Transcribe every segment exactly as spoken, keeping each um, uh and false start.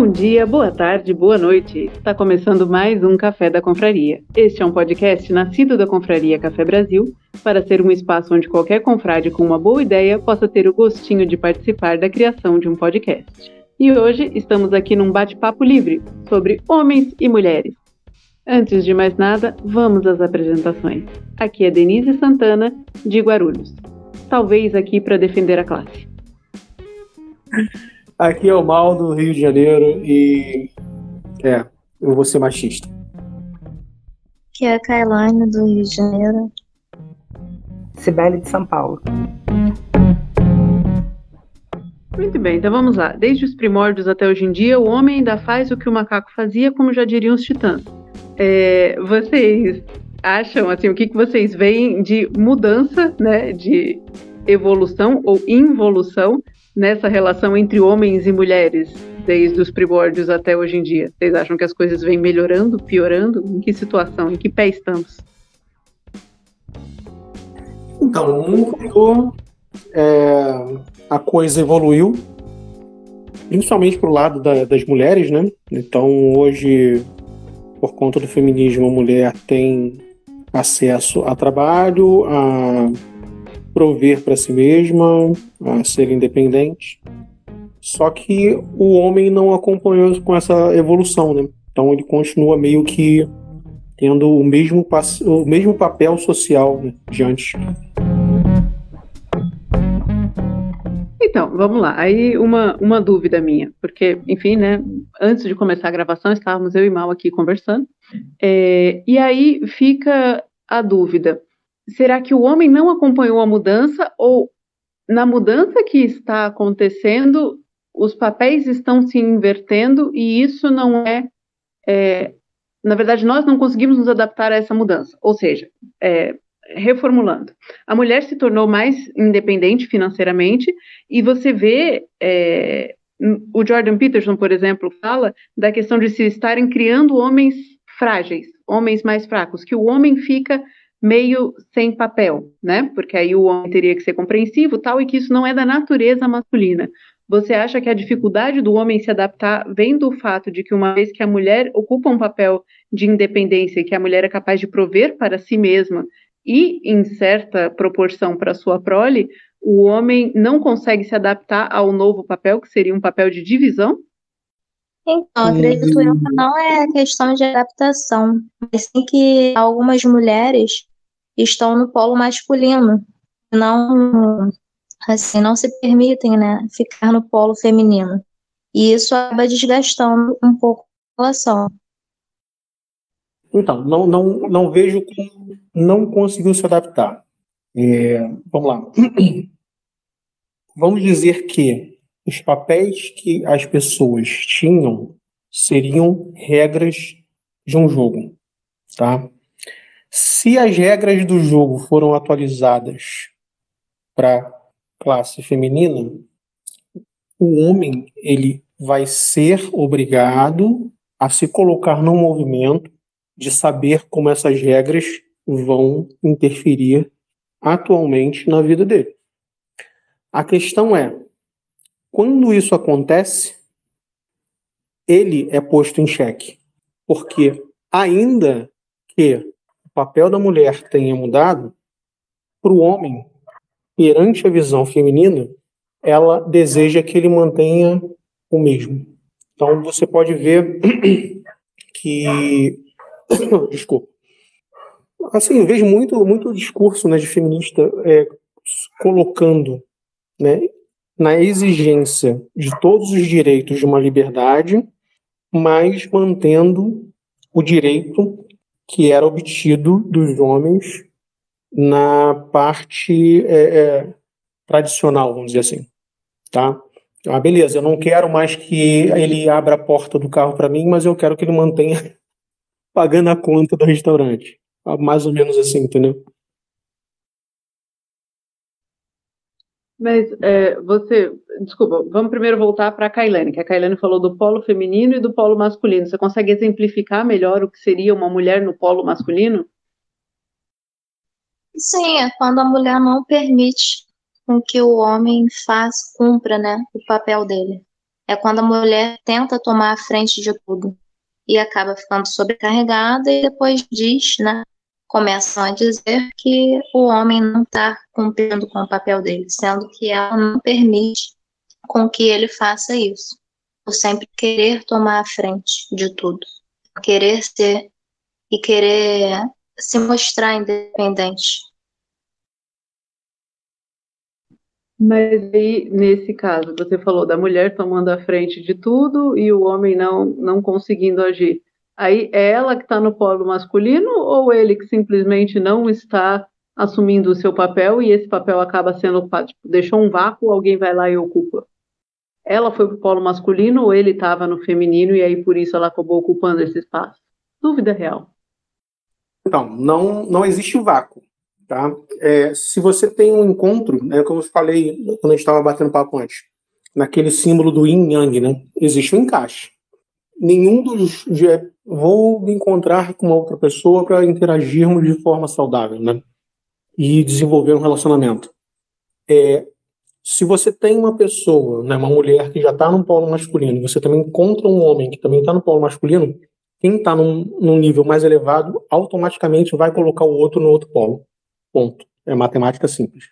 Bom dia, boa tarde, boa noite. Está começando mais um Café da Confraria. Este é um podcast nascido da Confraria Café Brasil para ser um espaço onde qualquer confrade com uma boa ideia possa ter o gostinho de participar da criação de um podcast. E hoje estamos aqui num bate-papo livre sobre homens e mulheres. Antes de mais nada, vamos às apresentações. Aqui é Denise Santana, de Guarulhos. Talvez aqui para defender a classe. Aqui é o Mal do Rio de Janeiro e é, eu vou ser machista. Aqui é a Kailane do Rio de Janeiro. Cibele de São Paulo. Muito bem, então vamos lá. Desde os primórdios até hoje em dia, o homem ainda faz o que o macaco fazia, como já diriam os titãs. É, vocês acham, assim, o que, que vocês veem de mudança, né, de evolução ou involução nessa relação entre homens e mulheres, desde os primórdios até hoje em dia? Vocês acham que as coisas vêm melhorando, piorando? Em que situação, em que pé estamos? Então, o mundo mudou, é, a coisa evoluiu, principalmente para o lado da, das mulheres, né? Então, hoje, por conta do feminismo, a mulher tem acesso a trabalho, a prover para si mesma, a ser independente. Só que o homem não acompanhou com essa evolução, né? Então ele continua meio que tendo o mesmo, o mesmo papel social, né, de antes. Então, vamos lá. Aí uma, uma dúvida minha, porque, enfim, né, antes de começar a gravação, estávamos eu e Mal aqui conversando, é, e aí fica a dúvida. Será que o homem não acompanhou a mudança ou na mudança que está acontecendo, os papéis estão se invertendo e isso não é, é na verdade, nós não conseguimos nos adaptar a essa mudança. Ou seja, é, reformulando, a mulher se tornou mais independente financeiramente e você vê, é, o Jordan Peterson, por exemplo, fala da questão de se estarem criando homens frágeis, homens mais fracos, que o homem fica meio sem papel, né? Porque aí o homem teria que ser compreensivo, tal, e que isso não é da natureza masculina. Você acha que a dificuldade do homem se adaptar vem do fato de que uma vez que a mulher ocupa um papel de independência e que a mulher é capaz de prover para si mesma e, em certa proporção, para sua prole, o homem não consegue se adaptar ao novo papel, que seria um papel de divisão? Então, acredito eu que não é questão de adaptação, mas sim que algumas mulheres estão no polo masculino, não, assim, não se permitem, né, ficar no polo feminino. E isso acaba desgastando um pouco a relação. Então, não, não, não vejo como não conseguiu se adaptar. É, vamos lá. Vamos dizer que os papéis que as pessoas tinham seriam regras de um jogo, tá? Se as regras do jogo foram atualizadas para classe feminina, o homem ele vai ser obrigado a se colocar num movimento de saber como essas regras vão interferir atualmente na vida dele. A questão é, quando isso acontece, ele é posto em xeque, porque ainda que o papel da mulher tenha mudado, para o homem, perante a visão feminina, ela deseja que ele mantenha o mesmo. Então você pode ver que... Desculpa. Assim, eu vejo muito, muito discurso, né, de feminista é, colocando, né, na exigência de todos os direitos de uma liberdade, mas mantendo o direito que era obtido dos homens na parte é, é, tradicional, vamos dizer assim, tá? Ah, beleza, eu não quero mais que ele abra a porta do carro para mim, mas eu quero que ele mantenha pagando a conta do restaurante. Mais ou menos assim, entendeu? Mas é, você, desculpa, vamos primeiro voltar para a Kailane, que a Kailane falou do polo feminino e do polo masculino. Você consegue exemplificar melhor o que seria uma mulher no polo masculino? Sim, é quando a mulher não permite com que o homem faça, cumpra, né, o papel dele. é quando a mulher tenta tomar a frente de tudo e acaba ficando sobrecarregada e depois diz, né, começam a dizer que o homem não está cumprindo com o papel dele, sendo que ela não permite com que ele faça isso, por sempre querer tomar a frente de tudo, querer ser e querer se mostrar independente. Mas aí, nesse caso, você falou da mulher tomando a frente de tudo e o homem não, não conseguindo agir. Aí é ela que está no polo masculino ou ele que simplesmente não está assumindo o seu papel e esse papel acaba sendo ocupado? Tipo, deixou um vácuo, alguém vai lá e ocupa. Ela foi para o polo masculino ou ele estava no feminino e aí por isso ela acabou ocupando esse espaço? Dúvida real. Então, não, não existe vácuo. Tá? É, se você tem um encontro, né, como eu falei quando a gente estava batendo papo antes, naquele símbolo do yin yang, né, existe um encaixe. Nenhum dos de, vou me encontrar com uma outra pessoa para interagirmos de forma saudável, né, e desenvolver um relacionamento. É, se você tem uma pessoa, né, uma mulher que já está no polo masculino, você também encontra um homem que também está no polo masculino, quem está num, num nível mais elevado automaticamente vai colocar o outro no outro polo. Ponto. É matemática simples.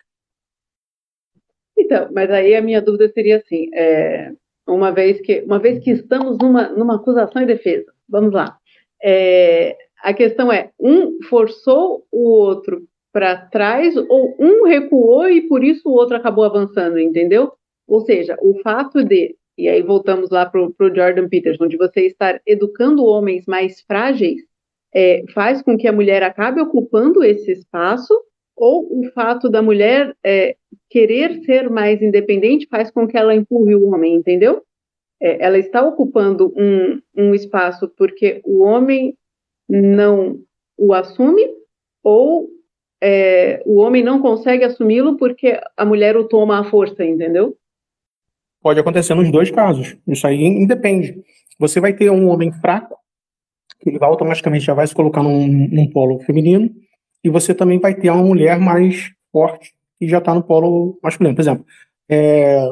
Então, mas aí a minha dúvida seria assim, é, uma, vez que, uma vez que estamos numa, numa acusação e defesa, vamos lá. É, a questão é, um forçou o outro para trás ou um recuou e por isso o outro acabou avançando, entendeu? Ou seja, o fato de, e aí voltamos lá para o Jordan Peterson, de você estar educando homens mais frágeis, é, faz com que a mulher acabe ocupando esse espaço, ou o fato da mulher é, querer ser mais independente faz com que ela empurre o homem, entendeu? É, ela está ocupando um, um espaço porque o homem não o assume, ou é, o homem não consegue assumi-lo porque a mulher o toma à força, entendeu? Pode acontecer nos dois casos. Isso aí independe. Você vai ter um homem fraco, que ele automaticamente já vai se colocar num, num polo feminino, e você também vai ter uma mulher mais forte que já está no polo masculino. Por exemplo, é,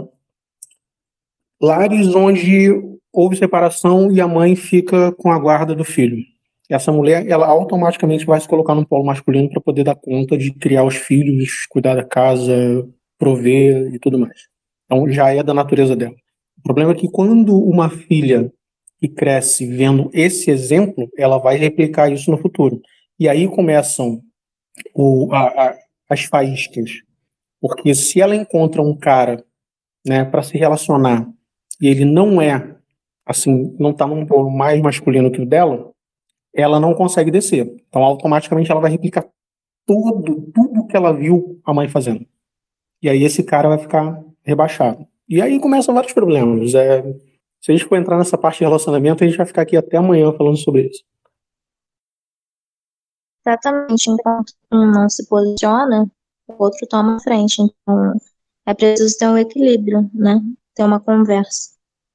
lares onde houve separação e a mãe fica com a guarda do filho. Essa mulher, ela automaticamente vai se colocar no polo masculino para poder dar conta de criar os filhos, cuidar da casa, prover e tudo mais. Então já é da natureza dela. O problema é que quando uma filha que cresce vendo esse exemplo, ela vai replicar isso no futuro. E aí começam o, a, a, as faíscas. Porque se ela encontra um cara, né, para se relacionar e ele não é, assim, não está num polo mais masculino que o dela, ela não consegue descer. Então, automaticamente, ela vai replicar tudo, tudo que ela viu a mãe fazendo. E aí esse cara vai ficar rebaixado. E aí começam vários problemas. É, se a gente for entrar nessa parte de relacionamento, a gente vai ficar aqui até amanhã falando sobre isso. Exatamente. Enquanto um não se posiciona, o outro toma a frente. Então, é preciso ter um equilíbrio, né? Ter uma conversa.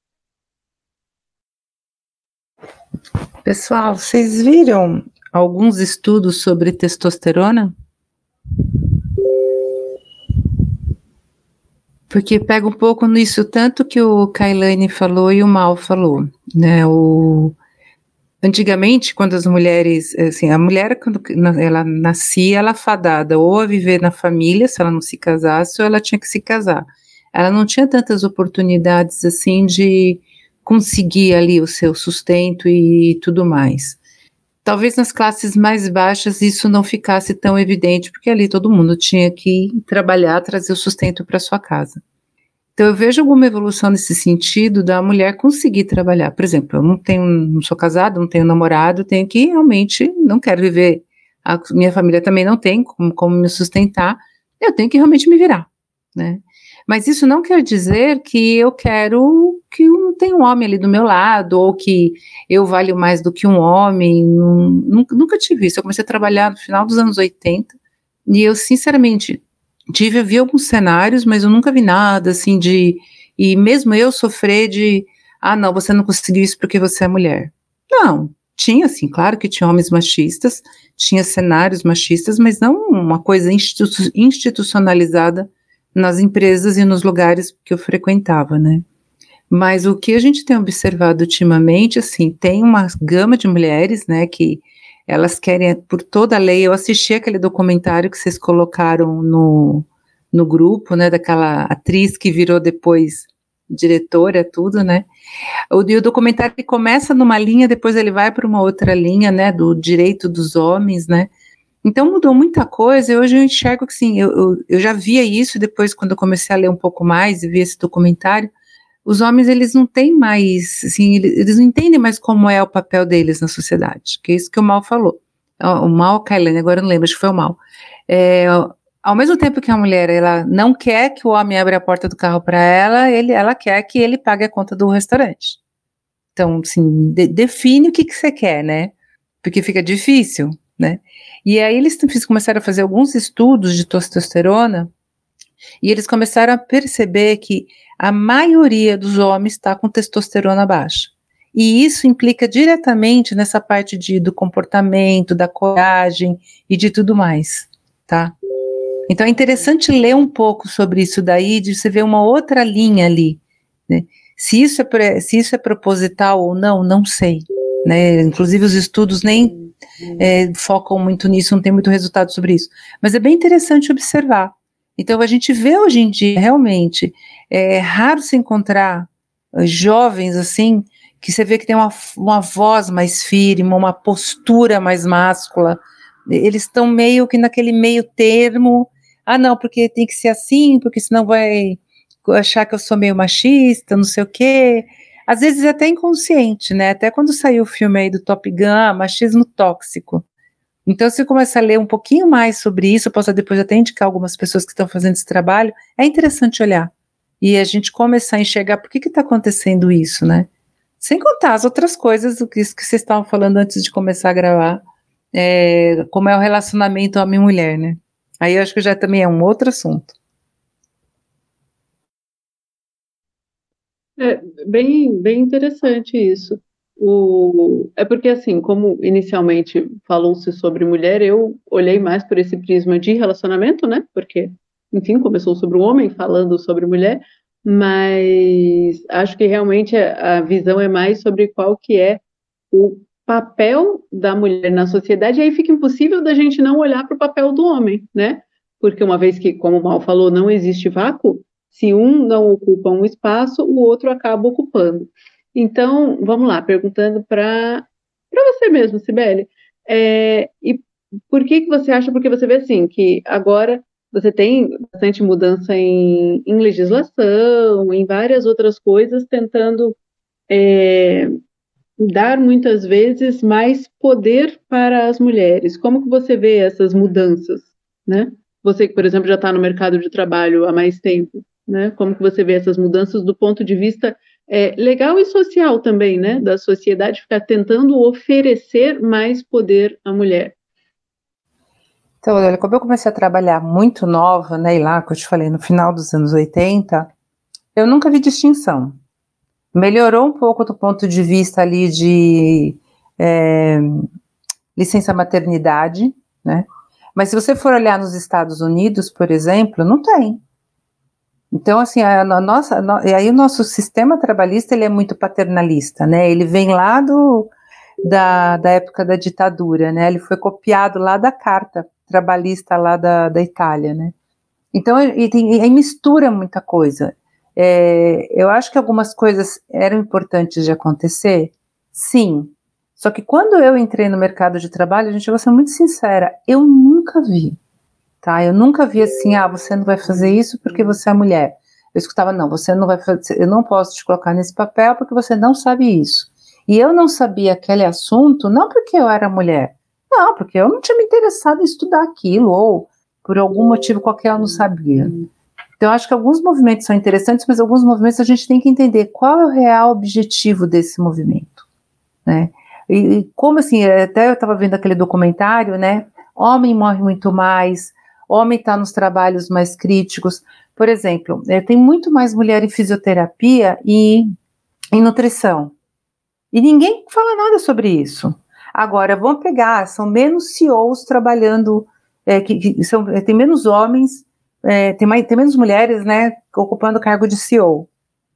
Pessoal, vocês viram alguns estudos sobre testosterona? Porque pega um pouco nisso tanto que o Kailane falou e o Mal falou, né? O... Antigamente, quando as mulheres, assim, a mulher, quando ela nascia, ela fadada ou a viver na família, se ela não se casasse, ou ela tinha que se casar. Ela não tinha tantas oportunidades, assim, de conseguir ali o seu sustento e tudo mais. Talvez nas classes mais baixas isso não ficasse tão evidente, porque ali todo mundo tinha que trabalhar, trazer o sustento para sua casa. Então eu vejo alguma evolução nesse sentido da mulher conseguir trabalhar. Por exemplo, eu não tenho, não sou casada, não tenho namorado, tenho que realmente, não quero viver, a minha família também não tem como, como me sustentar, eu tenho que realmente me virar, né? Mas isso não quer dizer que eu quero que não tenha um homem ali do meu lado, ou que eu valho mais do que um homem, nunca, nunca tive isso. Eu comecei a trabalhar no final dos anos oitenta, e eu sinceramente tive, vi alguns cenários, mas eu nunca vi nada assim de, e mesmo eu sofrer de, ah não, você não conseguiu isso porque você é mulher. Não, tinha assim, claro que tinha homens machistas, tinha cenários machistas, mas não uma coisa institu- institucionalizada nas empresas e nos lugares que eu frequentava, né? Mas o que a gente tem observado ultimamente, assim, tem uma gama de mulheres, né, que elas querem, por toda a lei, eu assisti aquele documentário que vocês colocaram no, no grupo, né, daquela atriz que virou depois diretora, tudo, né, o, e o documentário que começa numa linha, depois ele vai para uma outra linha, né, do direito dos homens, né, então mudou muita coisa, e hoje eu enxergo que, sim, eu, eu, eu já via isso, depois quando eu comecei a ler um pouco mais e vi esse documentário, os homens, eles não têm mais, assim, eles, eles não entendem mais como é o papel deles na sociedade, que é isso que o Mal falou. O Mal, Kailane, agora eu não lembro, acho que foi o Mal. É, ao mesmo tempo que a mulher, ela não quer que o homem abra a porta do carro para ela, ele, ela quer que ele pague a conta do restaurante. Então, assim, de, define o que, que você quer, né? Porque fica difícil, né? E aí eles começaram a fazer alguns estudos de testosterona, e eles começaram a perceber que a maioria dos homens está com testosterona baixa. E isso implica diretamente nessa parte de, do comportamento, da coragem e de tudo mais, tá? Então é interessante ler um pouco sobre isso daí, de você ver uma outra linha ali, né? Se isso é, se isso é proposital ou não, não sei, né? Inclusive os estudos nem é, focam muito nisso, não tem muito resultado sobre isso. Mas é bem interessante observar. Então a gente vê hoje em dia, realmente, é raro se encontrar jovens assim, que você vê que tem uma, uma voz mais firme, uma postura mais máscula, eles estão meio que naquele meio termo, ah não, porque tem que ser assim, porque senão vai achar que eu sou meio machista, não sei o quê, às vezes é até inconsciente, né, até quando saiu o filme aí do Top Gun, Machismo Tóxico. Então, se eu começar a ler um pouquinho mais sobre isso, eu posso depois até indicar algumas pessoas que estão fazendo esse trabalho, é interessante olhar. E a gente começar a enxergar por que está acontecendo isso, né? Sem contar as outras coisas, o que, que vocês estavam falando antes de começar a gravar, é, como é o relacionamento homem-mulher, né? Aí eu acho que já também é um outro assunto. É bem, bem interessante isso. O, é porque, assim, como inicialmente falou-se sobre mulher, eu olhei mais por esse prisma de relacionamento, né? Porque, enfim, começou sobre o homem falando sobre mulher, mas acho que realmente a, a visão é mais sobre qual que é o papel da mulher na sociedade, e aí fica impossível da gente não olhar para o papel do homem, né? Porque uma vez que, como o Mal falou, não existe vácuo, se um não ocupa um espaço, o outro acaba ocupando. Então, vamos lá, perguntando para você mesmo, Cibele, é, e por que que você acha, porque você vê assim, que agora você tem bastante mudança em, em legislação, em várias outras coisas, tentando é, dar muitas vezes mais poder para as mulheres. Como que você vê essas mudanças, né? Você que, por exemplo, já está no mercado de trabalho há mais tempo, né? Como que você vê essas mudanças do ponto de vista é, legal e social também, né? Da sociedade ficar tentando oferecer mais poder à mulher. Então, olha, como eu comecei a trabalhar muito nova, né, e lá, que eu te falei, no final dos anos oitenta, eu nunca vi distinção. Melhorou um pouco do ponto de vista ali de é, licença maternidade, né? Mas se você for olhar nos Estados Unidos, por exemplo, não tem. Então, assim, a, a nossa, a, e aí o nosso sistema trabalhista, ele é muito paternalista, né? Ele vem lá do, da, da época da ditadura, né? Ele foi copiado lá da carta trabalhista lá da, da Itália, né? Então, e, tem, e mistura muita coisa. É, eu acho que algumas coisas eram importantes de acontecer, sim. Só que quando eu entrei no mercado de trabalho, gente, eu vou ser muito sincera, eu nunca vi, tá? Eu nunca vi assim, ah, você não vai fazer isso porque você é mulher. Eu escutava, não, você não vai fazer, eu não posso te colocar nesse papel porque você não sabe isso. E eu não sabia aquele assunto, não porque eu era mulher, não, porque eu não tinha me interessado em estudar aquilo, ou por algum motivo qualquer eu não sabia. Então, eu acho que alguns movimentos são interessantes, mas alguns movimentos a gente tem que entender qual é o real objetivo desse movimento, né? E, e como assim, até eu estava vendo aquele documentário, né? Homem morre muito mais, homem está nos trabalhos mais críticos. Por exemplo, é, tem muito mais mulher em fisioterapia e em nutrição. E ninguém fala nada sobre isso. Agora, vamos pegar, são menos C E Os trabalhando, é, que, que são, tem menos homens, É, tem, mais, tem menos mulheres, né, ocupando o cargo de C E O.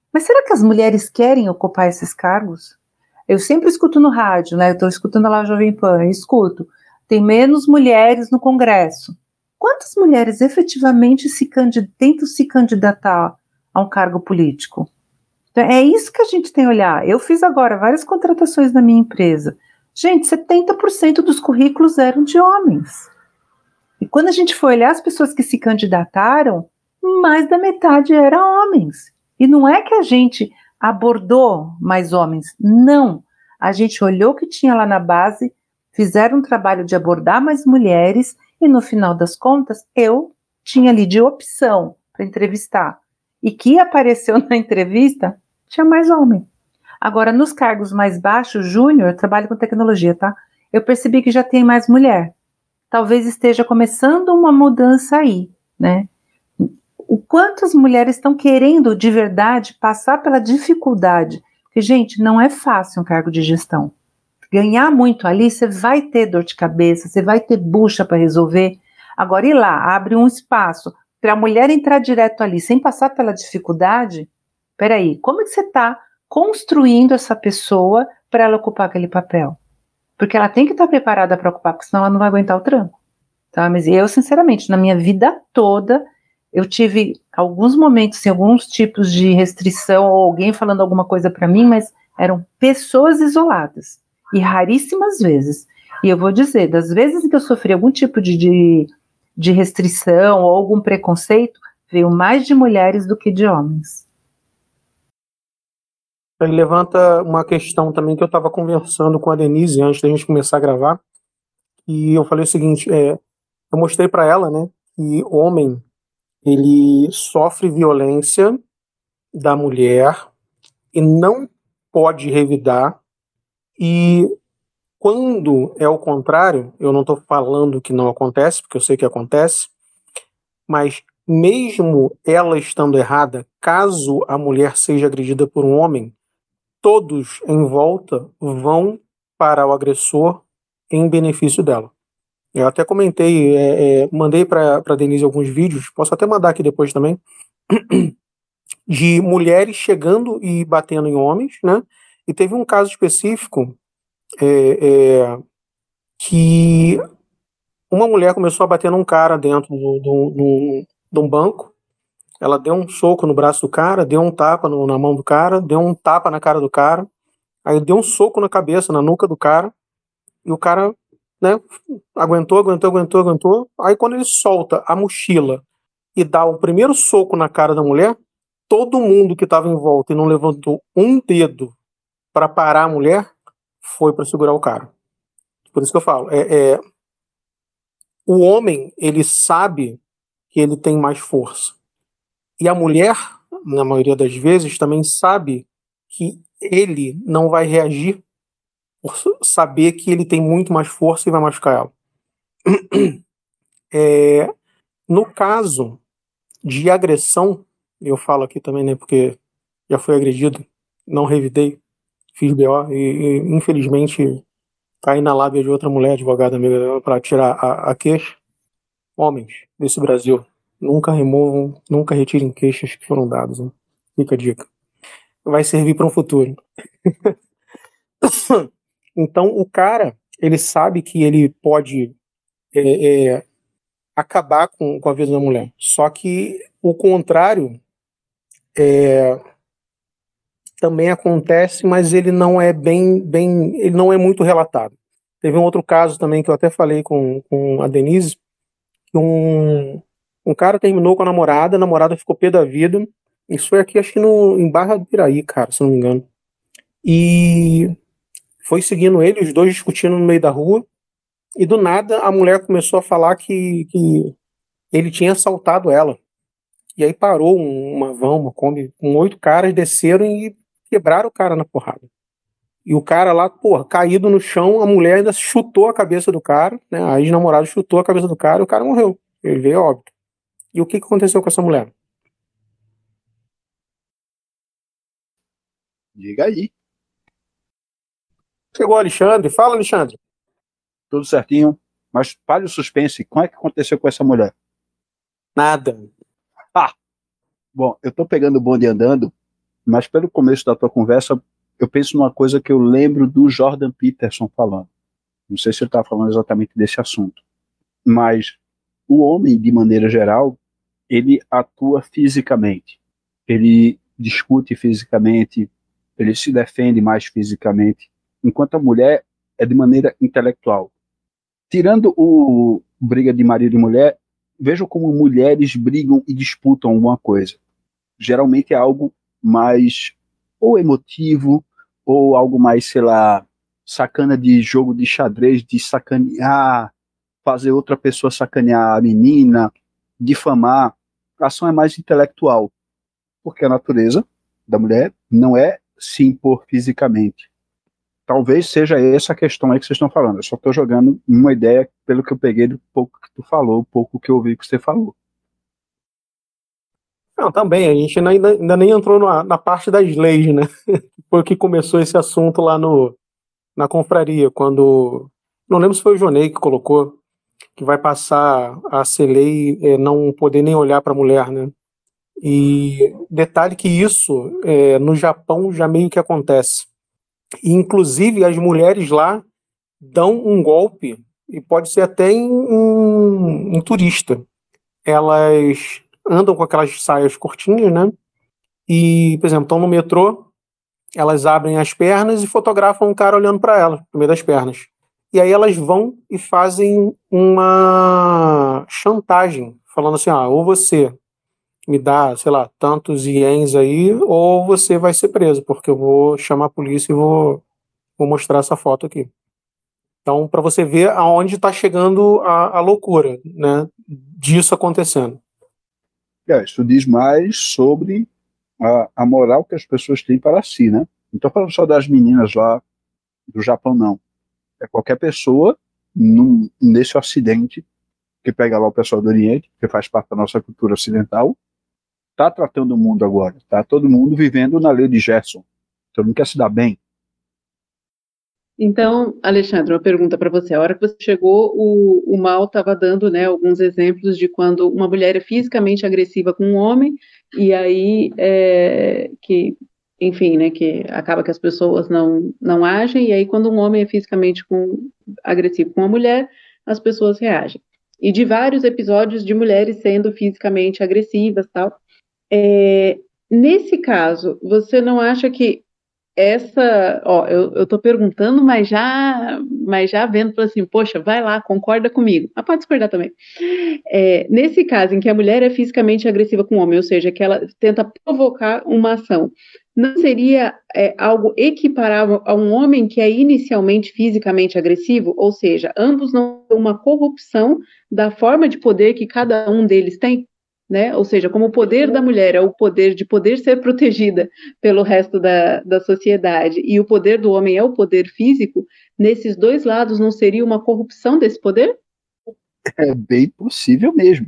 Mas será que as mulheres querem ocupar esses cargos? Eu sempre escuto no rádio, né? Eu estou escutando lá a Jovem Pan, eu escuto. Tem menos mulheres no Congresso. Quantas mulheres efetivamente se candid- tentam se candidatar a um cargo político? Então, é isso que a gente tem que olhar. Eu fiz agora várias contratações na minha empresa. Gente, setenta por cento dos currículos eram de homens. E quando a gente foi olhar as pessoas que se candidataram, mais da metade eram homens. E não é que a gente abordou mais homens, não. A gente olhou o que tinha lá na base, fizeram um trabalho de abordar mais mulheres e no final das contas eu tinha ali de opção para entrevistar. E que apareceu na entrevista, tinha mais homem. Agora, nos cargos mais baixos, júnior, eu trabalho com tecnologia, tá? Eu percebi que já tem mais mulher. Talvez esteja começando uma mudança aí, né? O quanto as mulheres estão querendo de verdade passar pela dificuldade, porque, gente, não é fácil um cargo de gestão. Ganhar muito ali, você vai ter dor de cabeça, você vai ter bucha para resolver. Agora, ir lá, abre um espaço para a mulher entrar direto ali, sem passar pela dificuldade, peraí, como é que você está construindo essa pessoa para ela ocupar aquele papel? Porque ela tem que estar preparada para ocupar, porque senão ela não vai aguentar o tranco. Tá? Mas eu, sinceramente, na minha vida toda, eu tive alguns momentos, em alguns tipos de restrição, ou alguém falando alguma coisa para mim, mas eram pessoas isoladas, e raríssimas vezes. E eu vou dizer, das vezes que eu sofri algum tipo de, de, de restrição ou algum preconceito, veio mais de mulheres do que de homens. Ele levanta uma questão também que eu estava conversando com a Denise antes da gente começar a gravar, e eu falei o seguinte, é, eu mostrei para ela, né, que homem, ele sofre violência da mulher e não pode revidar, e quando é o contrário, eu não estou falando que não acontece, porque eu sei que acontece, mas mesmo ela estando errada, caso a mulher seja agredida por um homem, todos em volta vão para o agressor em benefício dela. Eu até comentei, é, é, mandei para a Denise alguns vídeos, posso até mandar aqui depois também, de mulheres chegando e batendo em homens, né? E teve um caso específico é, é, que uma mulher começou a bater num cara dentro do, do, do, de um banco. Ela deu um soco no braço do cara, deu um tapa no, na mão do cara, deu um tapa na cara do cara, aí deu um soco na cabeça, na nuca do cara, e o cara, né, aguentou, aguentou, aguentou, aguentou. Aí quando ele solta a mochila e dá o primeiro soco na cara da mulher, todo mundo que estava em volta e não levantou um dedo para parar a mulher foi para segurar o cara. Por isso que eu falo, é, é, o homem, ele sabe que ele tem mais força. E a mulher, na maioria das vezes, também sabe que ele não vai reagir por saber que ele tem muito mais força e vai machucar ela. É, no caso de agressão, eu falo aqui também, né, porque já fui agredido, não revidei, fiz B O e, e infelizmente caí na lábia de outra mulher, advogada amiga dela, para tirar a, a queixa. Homens desse Brasil, nunca removam, nunca retirem queixas que foram dadas. Né? Fica a dica. Vai servir para um futuro. Então, o cara, ele sabe que ele pode é, é, acabar com, com a vida da mulher. Só que o contrário é, também acontece, mas ele não é bem, bem, ele não é muito relatado. Teve um outro caso também que eu até falei com, com a Denise, que um, um cara terminou com a namorada, a namorada ficou pé da vida. Isso foi aqui, acho que no, em Barra do Piraí, cara, se não me engano. E foi seguindo ele, os dois discutindo no meio da rua. E do nada a mulher começou a falar que, que ele tinha assaltado ela. E aí parou um, uma van, uma Kombi, com oito caras, desceram e quebraram o cara na porrada. E o cara lá, porra, caído no chão, a mulher ainda chutou a cabeça do cara, né? A ex-namorada chutou a cabeça do cara e o cara morreu. Ele veio a óbito. E o que aconteceu com essa mulher? Diga aí. Chegou o Alexandre. Fala, Alexandre. Tudo certinho. Mas pare o suspense. Como é que aconteceu com essa mulher? Nada. Ah! Bom, eu tô pegando o bonde andando mas pelo começo da tua conversa, eu penso numa coisa que eu lembro do Jordan Peterson falando. Não sei se ele está falando exatamente desse assunto, mas o homem, de maneira geral, ele atua fisicamente, ele discute fisicamente, ele se defende mais fisicamente, enquanto a mulher é de maneira intelectual. Tirando o briga de marido e mulher, vejam como mulheres brigam e disputam alguma coisa. Geralmente é algo mais ou emotivo, ou algo mais, sei lá, sacana de jogo de xadrez, de sacanear, fazer outra pessoa sacanear a menina, difamar. A ação é mais intelectual, porque a natureza da mulher não é se impor fisicamente. Talvez seja essa a questão aí que vocês estão falando. Eu só estou jogando uma ideia pelo que eu peguei do pouco que tu falou, pouco que eu ouvi que você falou. Não, também, a gente ainda, ainda nem entrou na, na parte das leis, né? Foi que começou esse assunto lá no, na confraria, quando... Não lembro se foi o Jonei que colocou, que vai passar a ser lei é, não poder nem olhar para a mulher, né? E detalhe que isso, é, no Japão, já meio que acontece. E, inclusive, as mulheres lá dão um golpe, e pode ser até em, em, em turista. Elas andam com aquelas saias curtinhas, né? E, por exemplo, estão no metrô, elas abrem as pernas e fotografam um cara olhando para elas, no meio das pernas. E aí elas vão e fazem uma chantagem, falando assim, ah, ou você me dá, sei lá, tantos ienes aí, ou você vai ser preso, porque eu vou chamar a polícia e vou, vou mostrar essa foto aqui. Então, para você ver aonde está chegando a, a loucura, né, disso acontecendo. É, isso diz mais sobre a, a moral que as pessoas têm para si, né? Não estou falando só das meninas lá do Japão, não. É qualquer pessoa num, nesse ocidente, que pega lá o pessoal do Oriente, que faz parte da nossa cultura ocidental, está tratando o mundo agora. Está todo mundo vivendo na lei de Gerson. Todo mundo quer se dar bem. Então, Alexandre, uma pergunta para você. A hora que você chegou, o, o Mal estava dando, né, alguns exemplos de quando uma mulher é fisicamente agressiva com um homem, e aí, é, que, enfim, né, que acaba que as pessoas não, não agem, e aí quando um homem é fisicamente com, agressivo com uma mulher, as pessoas reagem. E de vários episódios de mulheres sendo fisicamente agressivas e tal. É, nesse caso, você não acha que essa, ó, eu, eu tô perguntando, mas já, mas já vendo, assim, poxa, vai lá, concorda comigo. Mas pode discordar também. É, nesse caso, em que a mulher é fisicamente agressiva com o homem, ou seja, que ela tenta provocar uma ação, não seria é, algo equiparável a um homem que é inicialmente fisicamente agressivo? Ou seja, ambos não têm uma corrupção da forma de poder que cada um deles tem? Né? Ou seja, como o poder da mulher é o poder de poder ser protegida pelo resto da, da sociedade e o poder do homem é o poder físico, nesses dois lados não seria uma corrupção desse poder? É bem possível mesmo.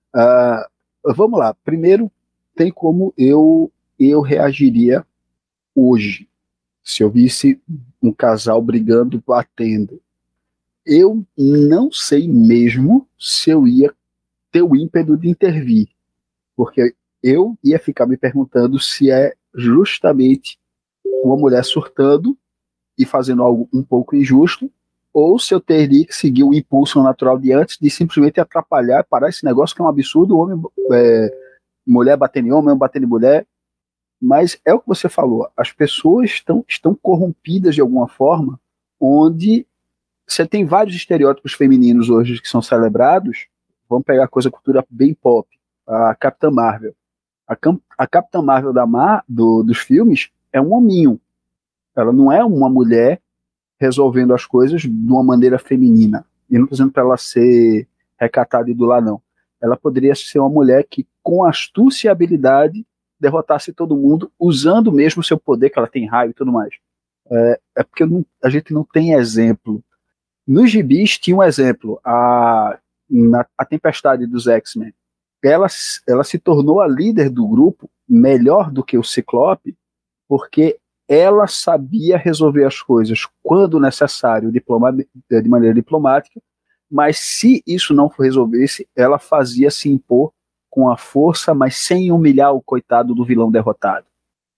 Uh, vamos lá. Primeiro, tem como eu, eu reagiria hoje se eu visse um casal brigando, batendo. Eu não sei mesmo se eu ia ter o ímpeto de intervir, porque eu ia ficar me perguntando se é justamente uma mulher surtando e fazendo algo um pouco injusto, ou se eu teria que seguir o impulso natural de antes de simplesmente atrapalhar, parar esse negócio que é um absurdo, homem, é, mulher batendo em homem, homem batendo em mulher. Mas é o que você falou, as pessoas estão, estão corrompidas de alguma forma, onde você tem vários estereótipos femininos hoje que são celebrados. Vamos pegar a coisa, cultura bem pop, a Capitã Marvel. A, a Capitã Marvel da Mar, do, dos filmes é um hominho. Ela não é uma mulher resolvendo as coisas de uma maneira feminina. E não estou dizendo para ela ser recatada e do lá, não. Ela poderia ser uma mulher que, com astúcia e habilidade, derrotasse todo mundo, usando mesmo o seu poder, que ela tem raio e tudo mais. É, é porque não, a gente não tem exemplo. Nos gibis tinha um exemplo, a, na, a Tempestade dos X-Men. Ela, ela se tornou a líder do grupo melhor do que o Ciclope, porque ela sabia resolver as coisas quando necessário, diploma, de maneira diplomática, mas se isso não resolvesse, ela fazia se impor com a força, mas sem humilhar o coitado do vilão derrotado.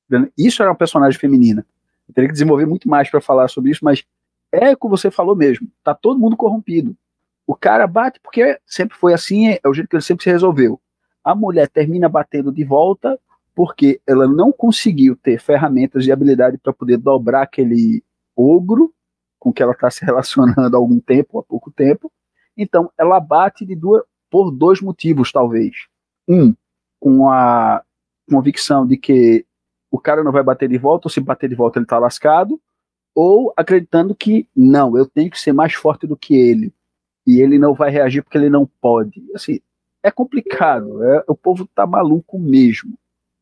Isso era uma personagem feminina. Eu teria que desenvolver muito mais para falar sobre isso, mas é o que você falou mesmo. Tá todo mundo corrompido. O cara bate porque sempre foi assim, é o jeito que ele sempre se resolveu. A mulher termina batendo de volta porque ela não conseguiu ter ferramentas e habilidade para poder dobrar aquele ogro com que ela está se relacionando há algum tempo, há pouco tempo. Então, ela bate de duas, por dois motivos, talvez. Um, com a convicção de que o cara não vai bater de volta, ou se bater de volta ele está lascado, ou acreditando que, não, eu tenho que ser mais forte do que ele, e ele não vai reagir porque ele não pode. Assim, é complicado, é, o povo tá maluco mesmo.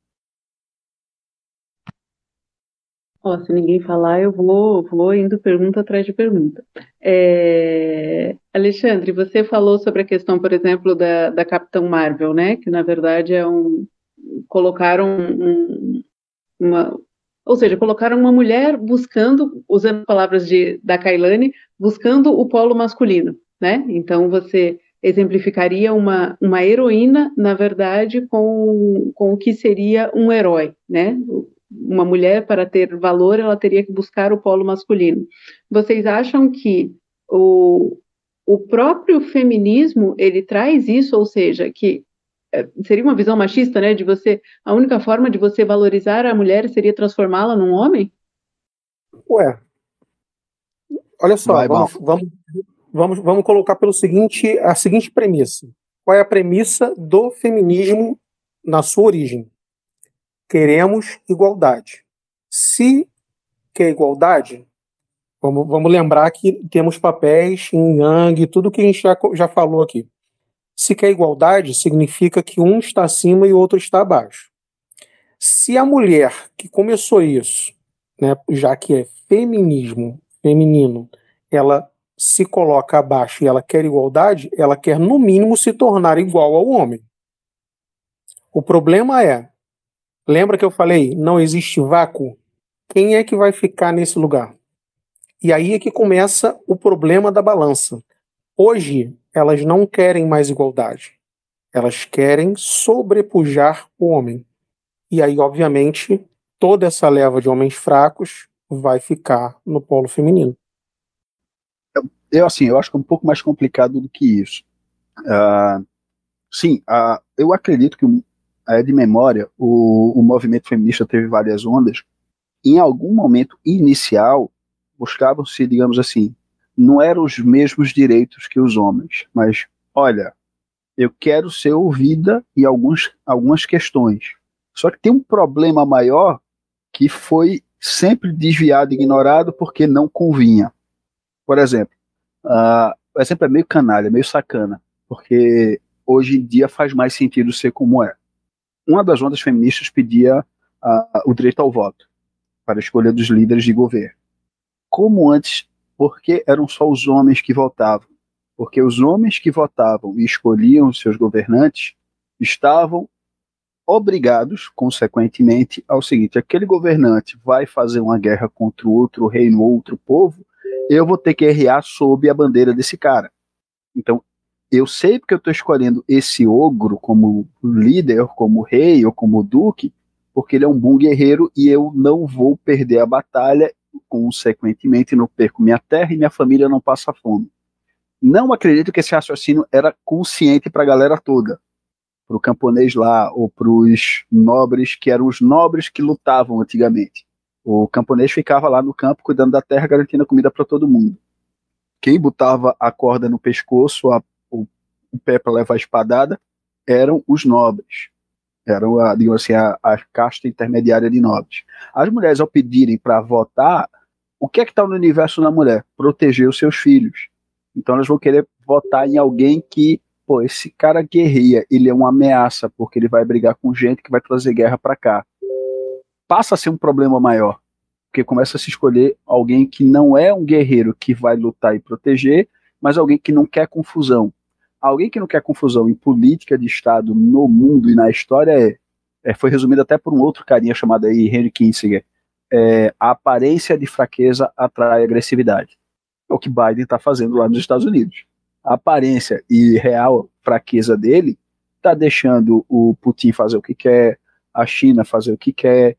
Ó, se ninguém falar, eu vou, vou indo pergunta atrás de pergunta. É, Alexandre, você falou sobre a questão, por exemplo, da, da Capitã Marvel, né? Que na verdade é um. Colocaram um, uma. Ou seja, colocaram uma mulher buscando, usando palavras de, da Kailane, buscando o polo masculino, né? Então você exemplificaria uma, uma heroína, na verdade, com, com o que seria um herói, né? Uma mulher, para ter valor, ela teria que buscar o polo masculino. Vocês acham que o, o próprio feminismo, ele traz isso, ou seja, que é, seria uma visão machista, né, de você, a única forma de você valorizar a mulher seria transformá-la num homem? Ué, olha só, Vai, vamos, vamos, vamos, vamos colocar pelo seguinte, a seguinte premissa. Qual é a premissa do feminismo na sua origem? Queremos igualdade. Se quer igualdade, vamos, vamos lembrar que temos papéis em Yang, tudo que a gente já, já falou aqui. Se quer igualdade, significa que um está acima e o outro está abaixo. Se a mulher que começou isso, né, já que é feminismo, feminino, ela se coloca abaixo e ela quer igualdade, ela quer no mínimo se tornar igual ao homem. O problema é, lembra que eu falei, não existe vácuo? Quem é que vai ficar nesse lugar? E aí é que começa o problema da balança. Hoje, elas não querem mais igualdade. Elas querem sobrepujar o homem. E aí, obviamente, toda essa leva de homens fracos vai ficar no polo feminino. Eu, eu assim, eu acho que é um pouco mais complicado do que isso. Uh, sim, uh, eu acredito que é de memória, o, o movimento feminista teve várias ondas. Em algum momento inicial, buscavam-se, digamos assim, não eram os mesmos direitos que os homens, mas, olha, eu quero ser ouvida em alguns, algumas questões. Só que tem um problema maior que foi sempre desviado e ignorado porque não convinha. Por exemplo, uh, o exemplo é meio canalha, meio sacana, porque hoje em dia faz mais sentido ser como é. Uma das ondas feministas pedia uh, o direito ao voto para a escolha dos líderes de governo. Como antes, porque eram só os homens que votavam? Porque os homens que votavam e escolhiam os seus governantes estavam obrigados, consequentemente, ao seguinte: aquele governante vai fazer uma guerra contra outro reino, outro povo, eu vou ter que guerrear sob a bandeira desse cara. Então, eu sei porque eu estou escolhendo esse ogro como líder, como rei ou como duque, porque ele é um bom guerreiro e eu não vou perder a batalha, consequentemente não perco minha terra e minha família não passa fome. Não acredito que esse raciocínio era consciente para a galera toda, para o camponês lá, ou para os nobres, que eram os nobres que lutavam antigamente. O camponês ficava lá no campo cuidando da terra, garantindo comida para todo mundo. Quem botava a corda no pescoço, a, o, o pé para levar a espadada, eram os nobres. Eram, a, digamos assim, a, a casta intermediária de nobres. As mulheres, ao pedirem para votar, o que é que está no universo da mulher? Proteger os seus filhos. Então elas vão querer votar em alguém que, pô, esse cara guerreia, ele é uma ameaça, porque ele vai brigar com gente que vai trazer guerra para cá. Passa a ser um problema maior, porque começa a se escolher alguém que não é um guerreiro que vai lutar e proteger, mas alguém que não quer confusão. Alguém que não quer confusão em política de Estado no mundo e na história é, é foi resumido até por um outro carinha chamado aí Henry Kissinger. É, a aparência de fraqueza atrai agressividade. É o que Biden está fazendo lá nos Estados Unidos. A aparência e real fraqueza dele está deixando o Putin fazer o que quer, a China fazer o que quer,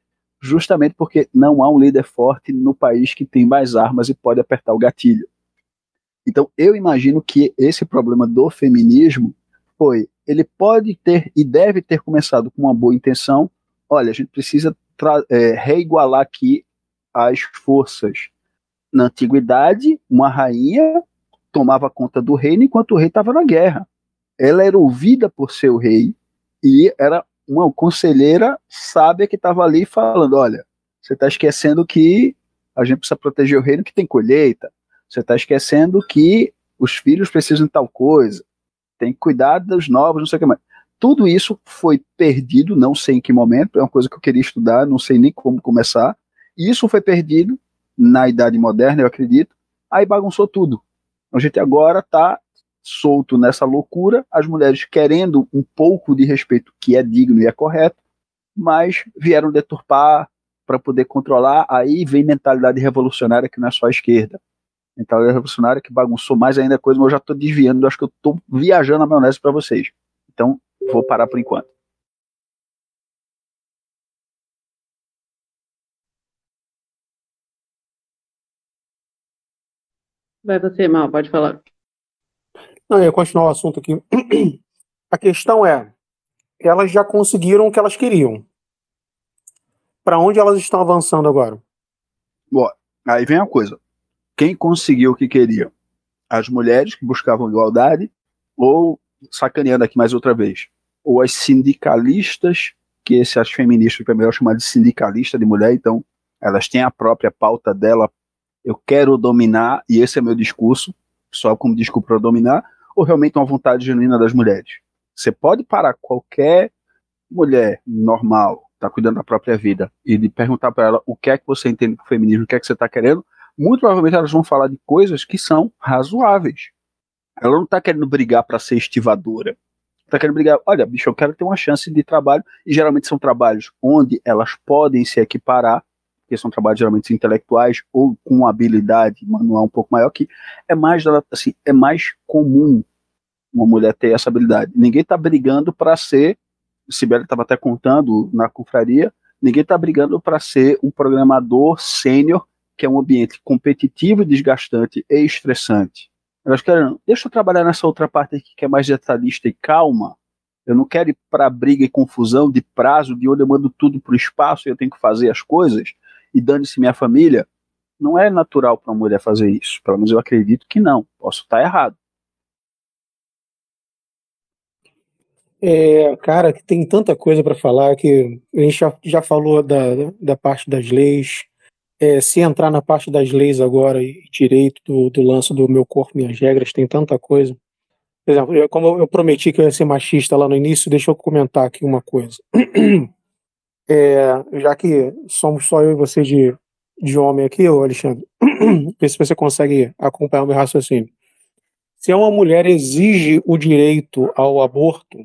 justamente porque não há um líder forte no país que tem mais armas e pode apertar o gatilho. Então, eu imagino que esse problema do feminismo foi, ele pode ter e deve ter começado com uma boa intenção. Olha, a gente precisa é, reigualar aqui as forças. Na antiguidade, uma rainha tomava conta do reino enquanto o rei estava na guerra. Ela era ouvida por seu rei e era uma conselheira sábia que estava ali falando, olha, você está esquecendo que a gente precisa proteger o reino que tem colheita, você está esquecendo que os filhos precisam de tal coisa, tem que cuidar dos novos, não sei o que mais. Tudo isso foi perdido, não sei em que momento, é uma coisa que eu queria estudar, não sei nem como começar, e isso foi perdido na Idade Moderna, eu acredito, aí bagunçou tudo. A gente agora está solto nessa loucura, as mulheres querendo um pouco de respeito, que é digno e é correto, mas vieram deturpar para poder controlar, aí vem mentalidade revolucionária que não é só a esquerda. Mentalidade revolucionária que bagunçou mais ainda a coisa, mas eu já estou desviando, eu acho que eu estou viajando a maionese para vocês. Então, vou parar por enquanto. Vai você, Mal, pode falar. Não, eu ia continuar o assunto aqui. A questão é, elas já conseguiram o que elas queriam. Para onde elas estão avançando agora? Bom, aí vem a coisa. Quem conseguiu o que queria? As mulheres que buscavam igualdade, ou, sacaneando aqui mais outra vez, ou as sindicalistas, que esse as feministas, é melhor chamar de sindicalista de mulher, então elas têm a própria pauta dela, eu quero dominar, e esse é meu discurso, só como desculpa para dominar, ou realmente uma vontade genuína das mulheres. Você pode parar qualquer mulher normal, está cuidando da própria vida, e de perguntar para ela o que é que você entende por feminismo, o que é que você está querendo, muito provavelmente elas vão falar de coisas que são razoáveis. Ela não está querendo brigar para ser estivadora. Está querendo brigar, olha, bicho, eu quero ter uma chance de trabalho, e geralmente são trabalhos onde elas podem se equiparar, porque são trabalhos geralmente intelectuais ou com habilidade manual um pouco maior, que é mais, assim, é mais comum uma mulher ter essa habilidade. Ninguém está brigando para ser, Sibeli estava até contando na confraria, ninguém está brigando para ser um programador sênior, que é um ambiente competitivo, desgastante e estressante. Elas querem, deixa eu trabalhar nessa outra parte aqui que é mais detalhista e calma. Eu não quero ir para briga e confusão de prazo, de onde eu mando tudo para o espaço e eu tenho que fazer as coisas, e dane-se minha família. Não é natural para uma mulher fazer isso. Pelo menos eu acredito que não. Posso estar errado. É, cara, que tem tanta coisa para falar que a gente já, já falou da, da parte das leis. É, se entrar na parte das leis agora e direito do, do lance do meu corpo, minhas regras, tem tanta coisa. Por exemplo, eu, como eu prometi que eu ia ser machista lá no início, deixa eu comentar aqui uma coisa. É, já que somos só eu e você de, de homem aqui, ô Alexandre, vê se você consegue acompanhar o meu raciocínio. Se uma mulher exige o direito ao aborto,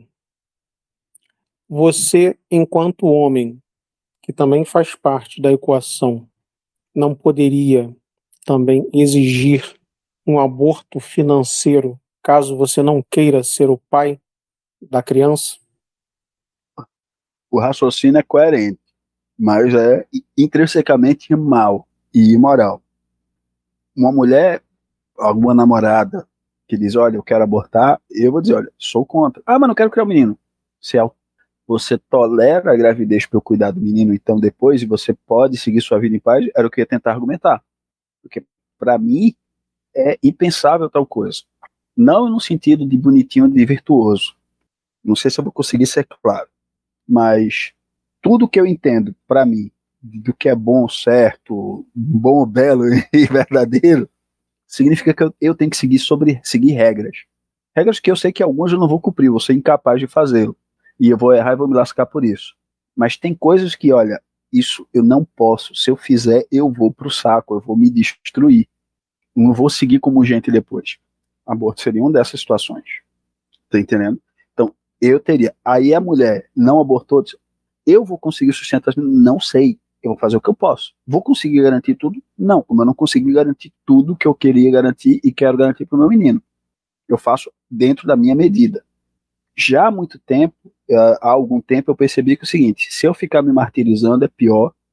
você, enquanto homem, que também faz parte da equação, não poderia também exigir um aborto financeiro caso você não queira ser o pai da criança? O raciocínio é coerente, mas é intrinsecamente mal e imoral. Uma mulher, alguma namorada, que diz, olha, eu quero abortar, eu vou dizer, olha, sou contra. Ah, mas não quero criar um menino. Se você tolera a gravidez para eu cuidar do menino, então depois você pode seguir sua vida em paz, era o que eu ia tentar argumentar. Porque, para mim, é impensável tal coisa. Não no sentido de bonitinho, de virtuoso. Não sei se eu vou conseguir ser claro. Mas tudo que eu entendo, para mim, do que é bom, certo, bom, belo e verdadeiro, significa que eu, eu tenho que seguir, sobre, seguir regras. Regras que eu sei que algumas eu não vou cumprir, vou ser incapaz de fazê-lo. E eu vou errar e vou me lascar por isso. Mas tem coisas que, olha, isso eu não posso. Se eu fizer, eu vou pro saco, eu vou me destruir. Não vou seguir como gente depois. Aborto seria uma dessas situações. Tá entendendo? Então, eu teria. Aí a mulher não abortou, eu vou conseguir sustentar? Não sei. Eu vou fazer o que eu posso. Vou conseguir garantir tudo? Não. Como eu não consegui garantir tudo que eu queria garantir e quero garantir para o meu menino. Eu faço dentro da minha medida. Já há muito tempo, há algum tempo, eu percebi que é o seguinte, se eu ficar me martirizando é pior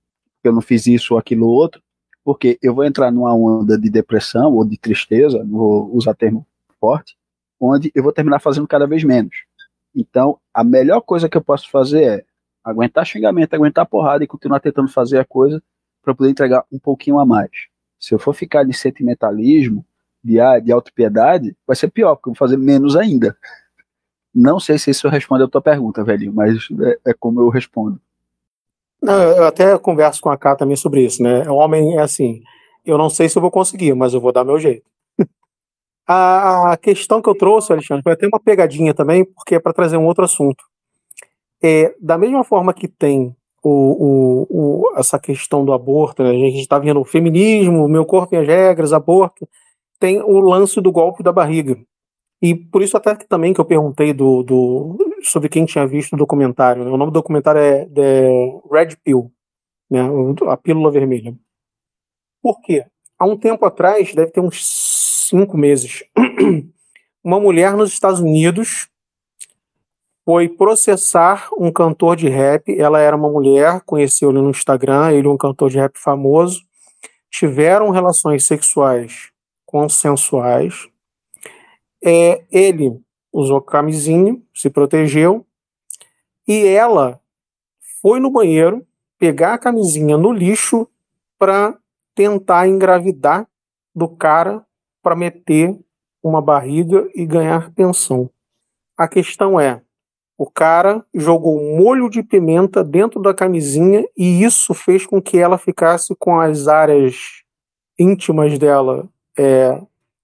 porque eu não fiz isso ou aquilo ou outro, porque eu vou entrar numa onda de depressão ou de tristeza, não vou usar termo forte, onde eu vou terminar fazendo cada vez menos. Então, a melhor coisa que eu posso fazer é aguentar xingamento, aguentar porrada e continuar tentando fazer a coisa para poder entregar um pouquinho a mais. Se eu for ficar de sentimentalismo, de, de autopiedade, vai ser pior, porque eu vou fazer menos ainda. Não sei se isso responde a tua pergunta, velhinho, mas é, é como eu respondo. Não, eu até converso com a Cá também sobre isso, né? O homem é assim, eu não sei se eu vou conseguir, mas eu vou dar meu jeito. A, a questão que eu trouxe, Alexandre, foi até uma pegadinha também, porque é para trazer um outro assunto. É, da mesma forma que tem o, o, o, essa questão do aborto, né? A gente está vendo o feminismo, meu corpo e as regras, aborto, tem o lance do golpe da barriga. E por isso até que também que eu perguntei do, do, sobre quem tinha visto o documentário. Né? O nome do documentário é The Red Pill, né? A pílula vermelha. Por quê? Há um tempo atrás, deve ter uns cinco meses, uma mulher nos Estados Unidos foi processar um cantor de rap. Ela era uma mulher, conheceu ele no Instagram, ele é um cantor de rap famoso. Tiveram relações sexuais consensuais. É, ele usou camisinha, se protegeu, e ela foi no banheiro pegar a camisinha no lixo para tentar engravidar do cara para meter uma barriga e ganhar pensão. A questão é, o cara jogou molho de pimenta dentro da camisinha e isso fez com que ela ficasse com as áreas íntimas dela é...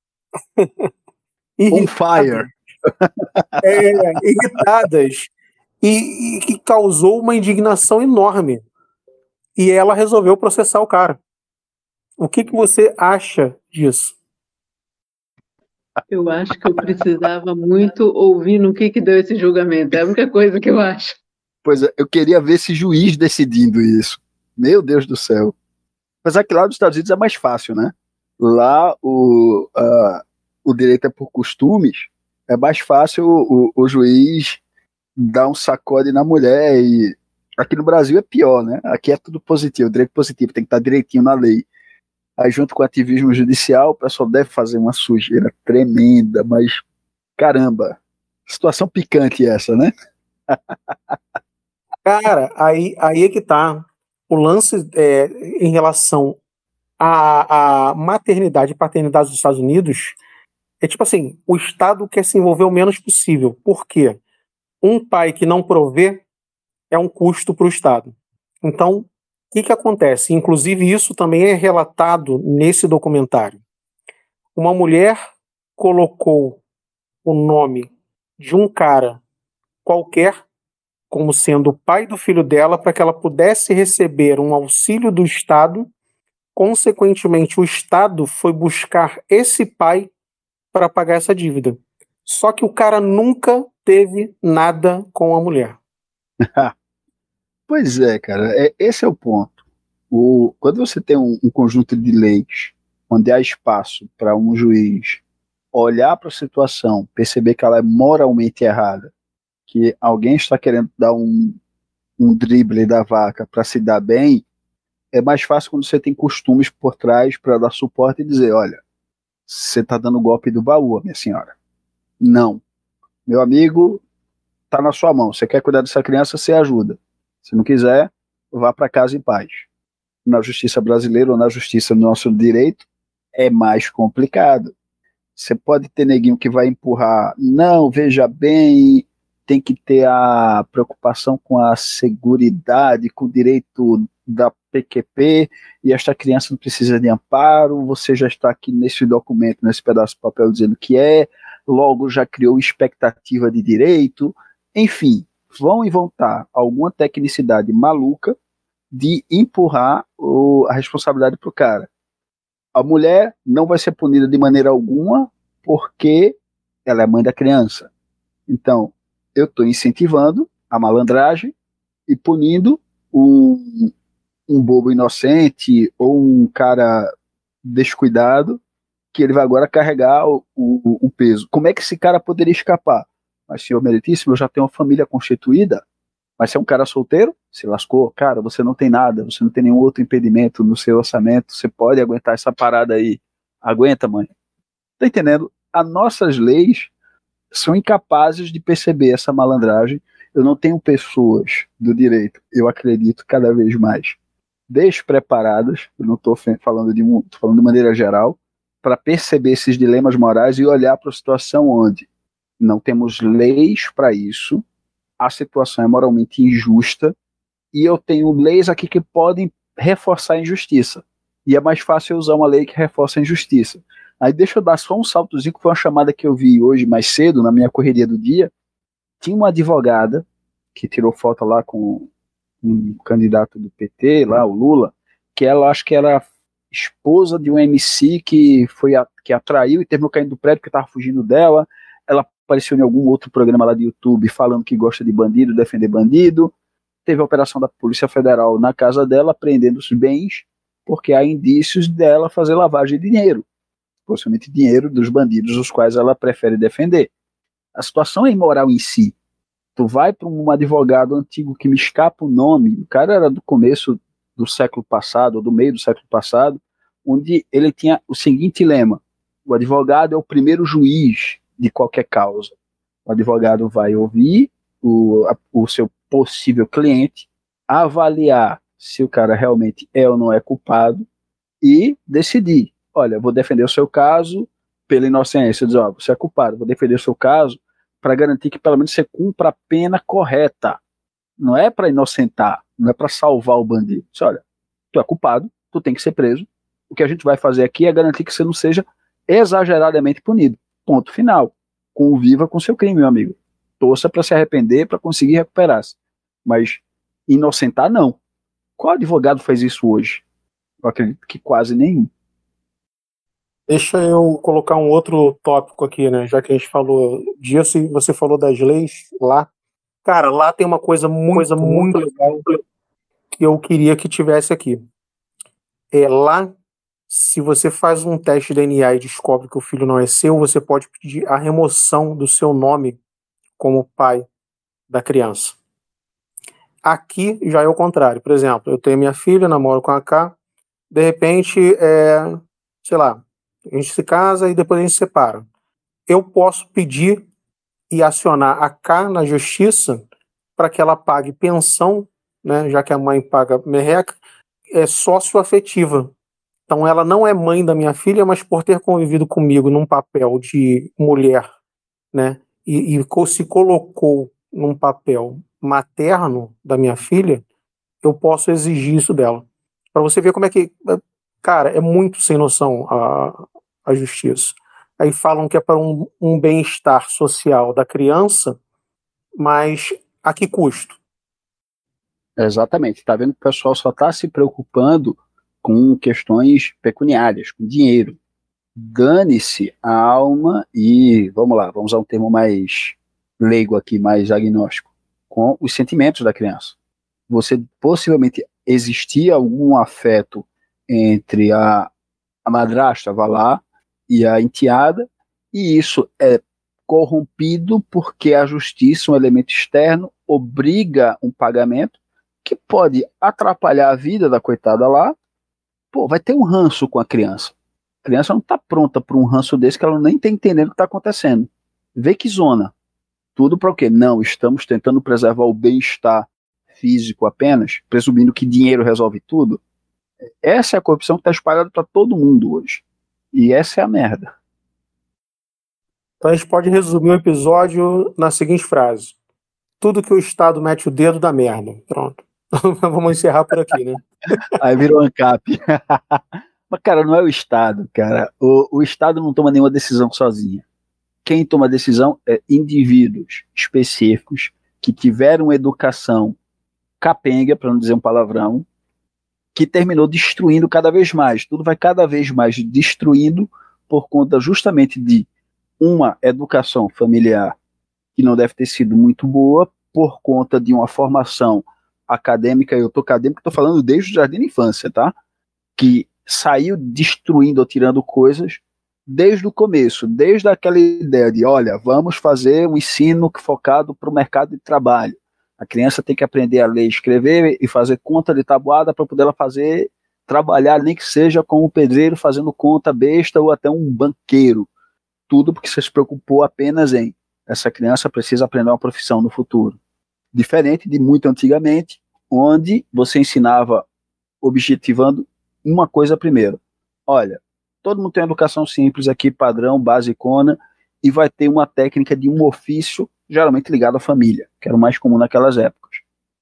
On fire. É, irritadas e, e que causou uma indignação enorme. E ela resolveu processar o cara. O que, que você acha disso? Eu acho que eu precisava muito ouvir no que, que deu esse julgamento. É a única coisa que eu acho. Pois é, eu queria ver esse juiz decidindo isso. Meu Deus do céu. Apesar que lá nos Estados Unidos é mais fácil, né? Lá o, uh, o direito é por costumes, é mais fácil o, o, o juiz dar um sacode na mulher. E aqui no Brasil é pior, né? Aqui é tudo positivo, direito positivo, tem que estar direitinho na lei. Aí junto com o ativismo judicial, o pessoal deve fazer uma sujeira tremenda, mas caramba, situação picante essa, né? Cara, aí, aí é que tá. O lance é, em relação à, à maternidade e paternidade dos Estados Unidos é tipo assim, o Estado quer se envolver o menos possível. Por quê? Um pai que não provê é um custo para o Estado. Então, o que, que acontece? Inclusive, isso também é relatado nesse documentário. Uma mulher colocou o nome de um cara qualquer como sendo o pai do filho dela para que ela pudesse receber um auxílio do Estado. Consequentemente, o Estado foi buscar esse pai para pagar essa dívida. Só que o cara nunca teve nada com a mulher. Pois é, cara, é, esse é o ponto. O, quando você tem um, um conjunto de leis onde há espaço para um juiz olhar para a situação, perceber que ela é moralmente errada, que alguém está querendo dar um, um drible da vaca para se dar bem, é mais fácil quando você tem costumes por trás para dar suporte e dizer, olha, você está dando golpe do baú, minha senhora. Não. Meu amigo, está na sua mão. Você quer cuidar dessa criança, você ajuda. Se não quiser, vá para casa em paz. Na justiça brasileira ou na justiça do nosso direito, é mais complicado. Você pode ter neguinho que vai empurrar, não, veja bem, tem que ter a preocupação com a seguridade, com o direito da P Q P, e esta criança não precisa de amparo, você já está aqui nesse documento, nesse pedaço de papel dizendo que é, logo já criou expectativa de direito, enfim, vão inventar alguma tecnicidade maluca de empurrar o, a responsabilidade para o cara. A mulher não vai ser punida de maneira alguma porque ela é mãe da criança. Então, eu estou incentivando a malandragem e punindo um, um bobo inocente ou um cara descuidado que ele vai agora carregar o, o, o peso. Como é que esse cara poderia escapar? Mas, senhor meritíssimo, eu já tenho uma família constituída, Mas se é um cara solteiro, se lascou, cara, você não tem nada, você não tem nenhum outro impedimento no seu orçamento, você pode aguentar essa parada aí. Aguenta, mãe. Tá entendendo? As nossas leis são incapazes de perceber essa malandragem. Eu não tenho pessoas do direito, eu acredito cada vez mais despreparadas, eu não estou falando de um, estou falando de maneira geral, para perceber esses dilemas morais e olhar para a situação onde não temos leis para isso, a situação é moralmente injusta e eu tenho leis aqui que podem reforçar a injustiça. E é mais fácil eu usar uma lei que reforça a injustiça. Aí deixa eu dar só um saltozinho, que foi uma chamada que eu vi hoje mais cedo, na minha correria do dia. Tinha uma advogada que tirou foto lá com um candidato do P T, lá, o Lula, que ela acho que era esposa de um M C que, foi a, que atraiu e terminou caindo do prédio porque estava fugindo dela. Ela apareceu em algum outro programa lá do YouTube falando que gosta de bandido, defender bandido. Teve a operação da Polícia Federal na casa dela, prendendo os bens, porque há indícios dela fazer lavagem de dinheiro, possivelmente dinheiro dos bandidos, os quais ela prefere defender. A situação é imoral em si. Tu vai para um advogado antigo que me escapa o nome, o cara era do começo do século passado, ou do meio do século passado, onde ele tinha o seguinte lema: o advogado é o primeiro juiz de qualquer causa. O advogado vai ouvir o, a, o seu possível cliente, avaliar se o cara realmente é ou não é culpado e decidir, olha, vou defender o seu caso pela inocência, dizer, ó, você é culpado, vou defender o seu caso para garantir que pelo menos você cumpra a pena correta. Não é para inocentar, não é para salvar o bandido. Diz, olha, tu é culpado, tu tem que ser preso, o que a gente vai fazer aqui é garantir que você não seja exageradamente punido. Ponto final. Conviva com seu crime, meu amigo. Torça para se arrepender, para conseguir recuperar-se. Mas inocentar, não. Qual advogado faz isso hoje? Eu acredito que quase nenhum. Deixa eu colocar um outro tópico aqui, né? Já que a gente falou disso e você falou das leis lá. Cara, lá tem uma coisa muito, coisa muito legal que eu queria que tivesse aqui. É, lá, se você faz um teste de D N A e descobre que o filho não é seu, você pode pedir a remoção do seu nome como pai da criança. Aqui já é o contrário. Por exemplo, eu tenho minha filha, namoro com a K, de repente, é, sei lá, a gente se casa e depois a gente se separa. Eu posso pedir e acionar a K na justiça para que ela pague pensão, né, já que a mãe paga merreca, é sócio-afetiva. Então ela não é mãe da minha filha, mas por ter convivido comigo num papel de mulher, né, e, e se colocou num papel materno da minha filha, eu posso exigir isso dela. Para você ver como é que... Cara, é muito sem noção a, a justiça. Aí falam que é para um, um bem-estar social da criança, mas a que custo? Exatamente. Tá vendo que o pessoal só está se preocupando com questões pecuniárias, com dinheiro. Dane-se a alma e, vamos lá, vamos usar um termo mais leigo aqui, mais agnóstico, com os sentimentos da criança. Você possivelmente existia algum afeto entre a, a madrasta, vá lá, e a enteada, e isso é corrompido porque a justiça, um elemento externo, obriga um pagamento que pode atrapalhar a vida da coitada lá. Pô, vai ter um ranço com a criança. A criança não está pronta para um ranço desse que ela nem está entendendo o que está acontecendo. Vê que zona. Tudo para o quê? Não, estamos tentando preservar o bem-estar físico apenas, presumindo que dinheiro resolve tudo. Essa é a corrupção que está espalhada para todo mundo hoje. E essa é a merda. Então a gente pode resumir o episódio na seguinte frase: tudo que o Estado mete o dedo dá merda. Pronto. Vamos encerrar por aqui, né? Aí virou ANCAP. Mas, cara, não é o Estado, cara. O, o Estado não toma nenhuma decisão sozinha. Quem toma decisão é indivíduos específicos que tiveram educação capenga, para não dizer um palavrão, que terminou destruindo cada vez mais. Tudo vai cada vez mais destruindo por conta justamente de uma educação familiar que não deve ter sido muito boa, por conta de uma formação acadêmica, eu estou acadêmico, estou falando desde o jardim da infância, tá? Que saiu destruindo ou tirando coisas desde o começo, desde aquela ideia de, olha, vamos fazer um ensino focado para o mercado de trabalho. A criança tem que aprender a ler, escrever e fazer conta de tabuada para poder ela fazer, trabalhar, nem que seja como um pedreiro fazendo conta besta ou até um banqueiro. Tudo porque você se preocupou apenas em essa criança precisa aprender uma profissão no futuro. Diferente de muito antigamente, onde você ensinava objetivando uma coisa primeiro. Olha, todo mundo tem uma educação simples aqui, padrão, basicona, e vai ter uma técnica de um ofício, geralmente ligado à família, que era o mais comum naquelas épocas.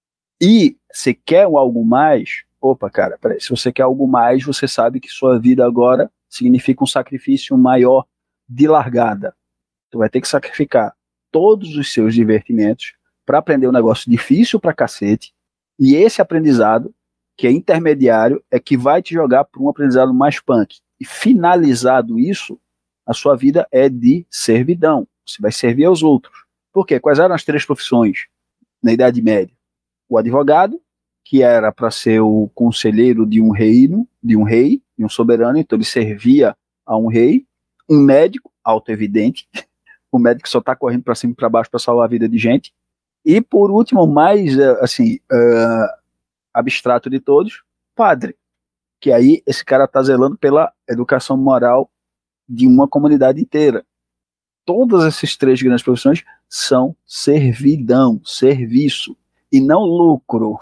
E se quer algo mais, opa, cara, peraí, se você quer algo mais, você sabe que sua vida agora significa um sacrifício maior de largada. Tu vai ter que sacrificar todos os seus divertimentos para aprender um negócio difícil pra cacete, e esse aprendizado, que é intermediário, é que vai te jogar para um aprendizado mais punk. E finalizado isso, a sua vida é de servidão. Você vai servir aos outros. Por quê? Quais eram as três profissões na Idade Média? O advogado, que era para ser o conselheiro de um reino, de um rei, de um soberano, então ele servia a um rei. Um médico, autoevidente, o médico só está correndo para cima e para baixo para salvar a vida de gente. E por último, mais assim, uh, abstrato de todos, padre, que aí esse cara está zelando pela educação moral de uma comunidade inteira. Todas essas três grandes profissões são servidão, serviço, e não lucro.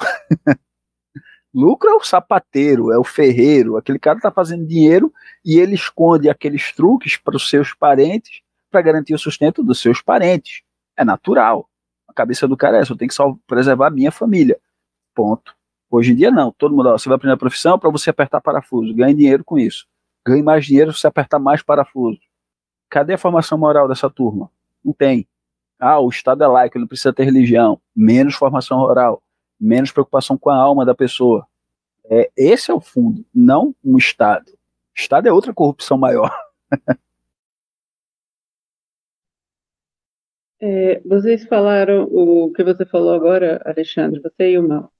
Lucro é o sapateiro, é o ferreiro, aquele cara está fazendo dinheiro e ele esconde aqueles truques para os seus parentes para garantir o sustento dos seus parentes. É natural. A cabeça do cara é essa, eu tenho que salvar, preservar a minha família. Ponto. Hoje em dia não, todo mundo, ó, você vai aprender a profissão para você apertar parafuso, ganhe dinheiro com isso. Ganhe mais dinheiro se você apertar mais parafuso. Cadê a formação moral dessa turma? Não tem. Ah, o Estado é laico, ele não precisa ter religião. Menos formação moral, menos preocupação com a alma da pessoa. É, esse é o fundo, não um Estado. O Estado é outra corrupção maior. É, vocês falaram o que você falou agora, Alexandre, você e o Mal.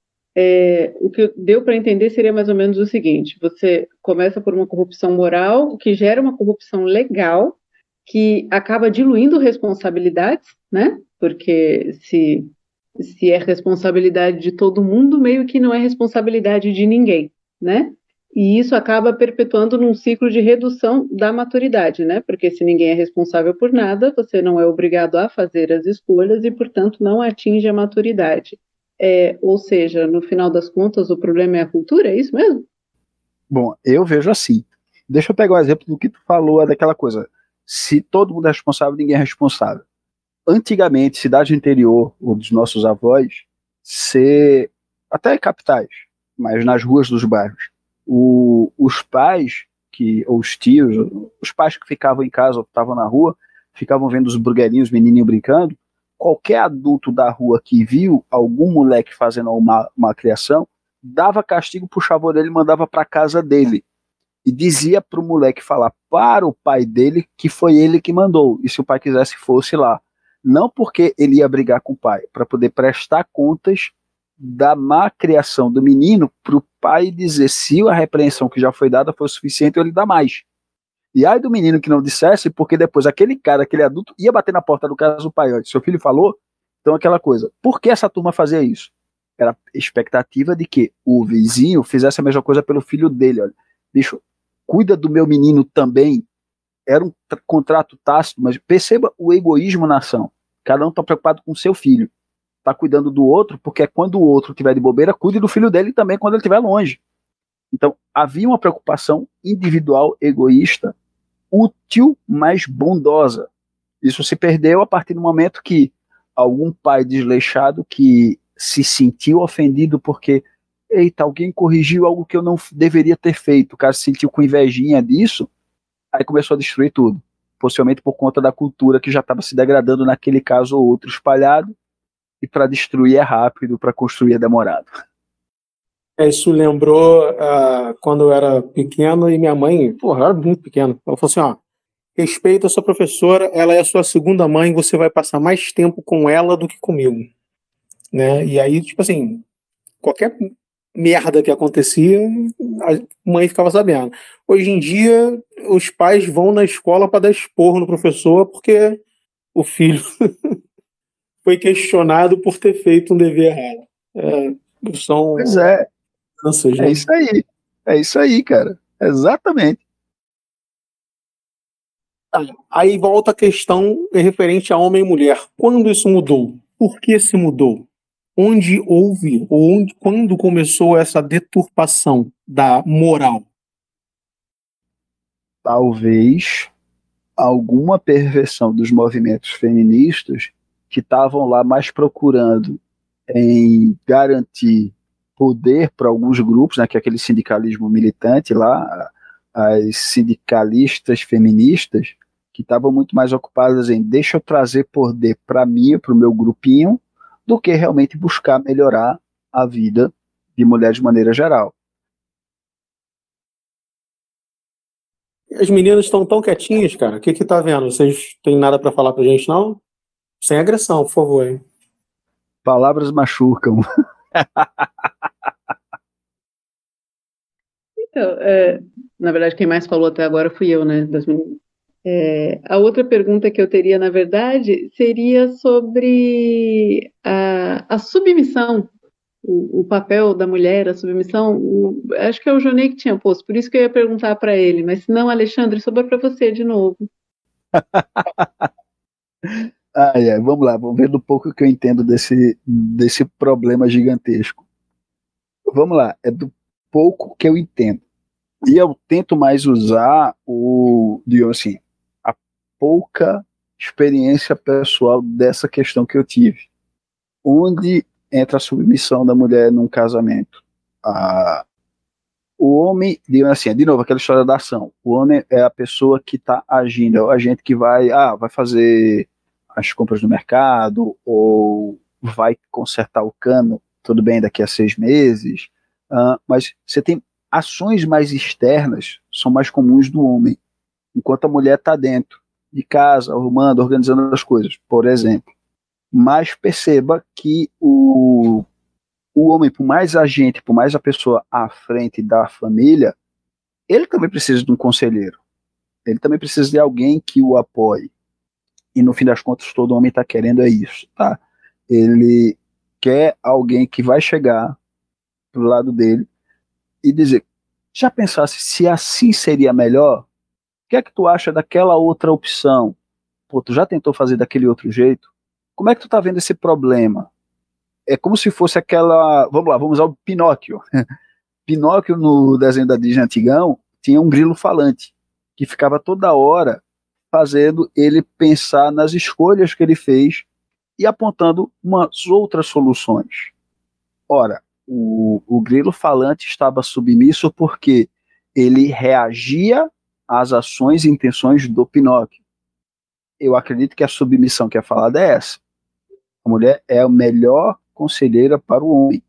É, o que deu para entender seria mais ou menos o seguinte: você começa por uma corrupção moral, que gera uma corrupção legal, que acaba diluindo responsabilidades, né? Porque se, se é responsabilidade de todo mundo, meio que não é responsabilidade de ninguém, né? E isso acaba perpetuando num ciclo de redução da maturidade, né? Porque se ninguém é responsável por nada, você não é obrigado a fazer as escolhas e, portanto, não atinge a maturidade. É, ou seja, no final das contas, o problema é a cultura, é isso mesmo? Bom, eu vejo assim. Deixa eu pegar um exemplo do que tu falou, é daquela coisa. Se todo mundo é responsável, ninguém é responsável. Antigamente, cidade interior, ou dos nossos avós, ser, até capitais, mas nas ruas dos bairros, o, os pais, que, ou os tios, os pais que ficavam em casa ou estavam na rua, ficavam vendo os burguerinhos, os menininhos brincando, qualquer adulto da rua que viu algum moleque fazendo uma, uma criação, dava castigo, puxava a orelha e mandava para casa dele. E dizia para o moleque falar para o pai dele que foi ele que mandou. E se o pai quisesse, fosse lá. Não porque ele ia brigar com o pai, para poder prestar contas da má criação do menino para o pai dizer se a repreensão que já foi dada foi suficiente ou ele dá mais. E aí do menino que não dissesse, porque depois aquele cara, aquele adulto, ia bater na porta do caso do pai. Olha, seu filho falou, então aquela coisa. Por que essa turma fazia isso? Era a expectativa de que o vizinho fizesse a mesma coisa pelo filho dele. Olha, bicho, cuida do meu menino também. Era um contrato tácito, mas perceba o egoísmo na ação. Cada um está preocupado com o seu filho. Está cuidando do outro, porque quando o outro estiver de bobeira, cuide do filho dele também quando ele estiver longe. Então, havia uma preocupação individual, egoísta, útil, mas bondosa. Isso se perdeu a partir do momento que algum pai desleixado que se sentiu ofendido porque, eita, alguém corrigiu algo que eu não deveria ter feito, o cara se sentiu com invejinha disso, aí começou a destruir tudo. Possivelmente por conta da cultura que já estava se degradando naquele caso ou outro espalhado, e para destruir é rápido, para construir é demorado. Isso lembrou uh, quando eu era pequeno e minha mãe, porra, eu era muito pequeno, ela falou assim, ó, respeita a sua professora, ela é a sua segunda mãe, você vai passar mais tempo com ela do que comigo, né? E aí, tipo assim, qualquer merda que acontecia, a mãe ficava sabendo. Hoje em dia, os pais vão na escola para dar esporro no professor porque o filho foi questionado por ter feito um dever errado. É, são Pois é, crianças, é né? isso aí. É isso aí, cara. Exatamente. Tá. Aí volta a questão referente a homem e mulher. Quando isso mudou? Por que se mudou? Onde houve, ou onde, quando começou essa deturpação da moral? Talvez alguma perversão dos movimentos feministas que estavam lá mais procurando em garantir poder para alguns grupos, né, que é aquele sindicalismo militante lá, as sindicalistas feministas, que estavam muito mais ocupadas em deixa eu trazer poder para mim, para o meu grupinho, do que realmente buscar melhorar a vida de mulheres de maneira geral. As meninas estão tão quietinhas, cara. O que que tá vendo? Vocês têm nada para falar pra gente, não? Sem agressão, por favor, hein? Palavras machucam. Então, é, na verdade, quem mais falou até agora fui eu, né, das meninas. É, a outra pergunta que eu teria, na verdade, seria sobre a, a submissão, o, o papel da mulher, a submissão. O- acho que é o Jonei que tinha posto, por isso que eu ia perguntar para ele, mas se não, Alexandre, sobrou para você de novo. Ah, é, vamos lá, vamos ver do pouco que eu entendo desse, desse problema gigantesco. Vamos lá, é do pouco que eu entendo. E eu tento mais usar o, digamos assim, a pouca experiência pessoal dessa questão que eu tive. Onde entra a submissão da mulher num casamento? Ah, o homem, digamos assim, de novo, aquela história da ação. O homem é a pessoa que está agindo, é o agente que vai, ah, vai fazer as compras no mercado, ou vai consertar o cano, tudo bem, daqui a seis meses. Ah, mas você tem ações mais externas, são mais comuns do homem, enquanto a mulher está dentro de casa, arrumando, organizando as coisas, por exemplo. Mas perceba que o, o homem, por mais agente, por mais a pessoa à frente da família, ele também precisa de um conselheiro. Ele também precisa de alguém que o apoie. E no fim das contas, todo homem está querendo é isso, tá? Ele quer alguém que vai chegar pro lado dele e dizer: já pensasse se assim seria melhor? O que é que tu acha daquela outra opção? Pô, tu já tentou fazer daquele outro jeito? Como é que tu tá vendo esse problema? É como se fosse aquela. Vamos lá, vamos usar o Pinóquio. Pinóquio, no desenho da Disney antigão, tinha um grilo falante, que ficava toda hora fazendo ele pensar nas escolhas que ele fez e apontando umas outras soluções. Ora, o, o grilo falante estava submisso porque ele reagia às ações e intenções do Pinóquio. Eu acredito que a submissão que é falada é essa. A mulher é a melhor conselheira para o homem.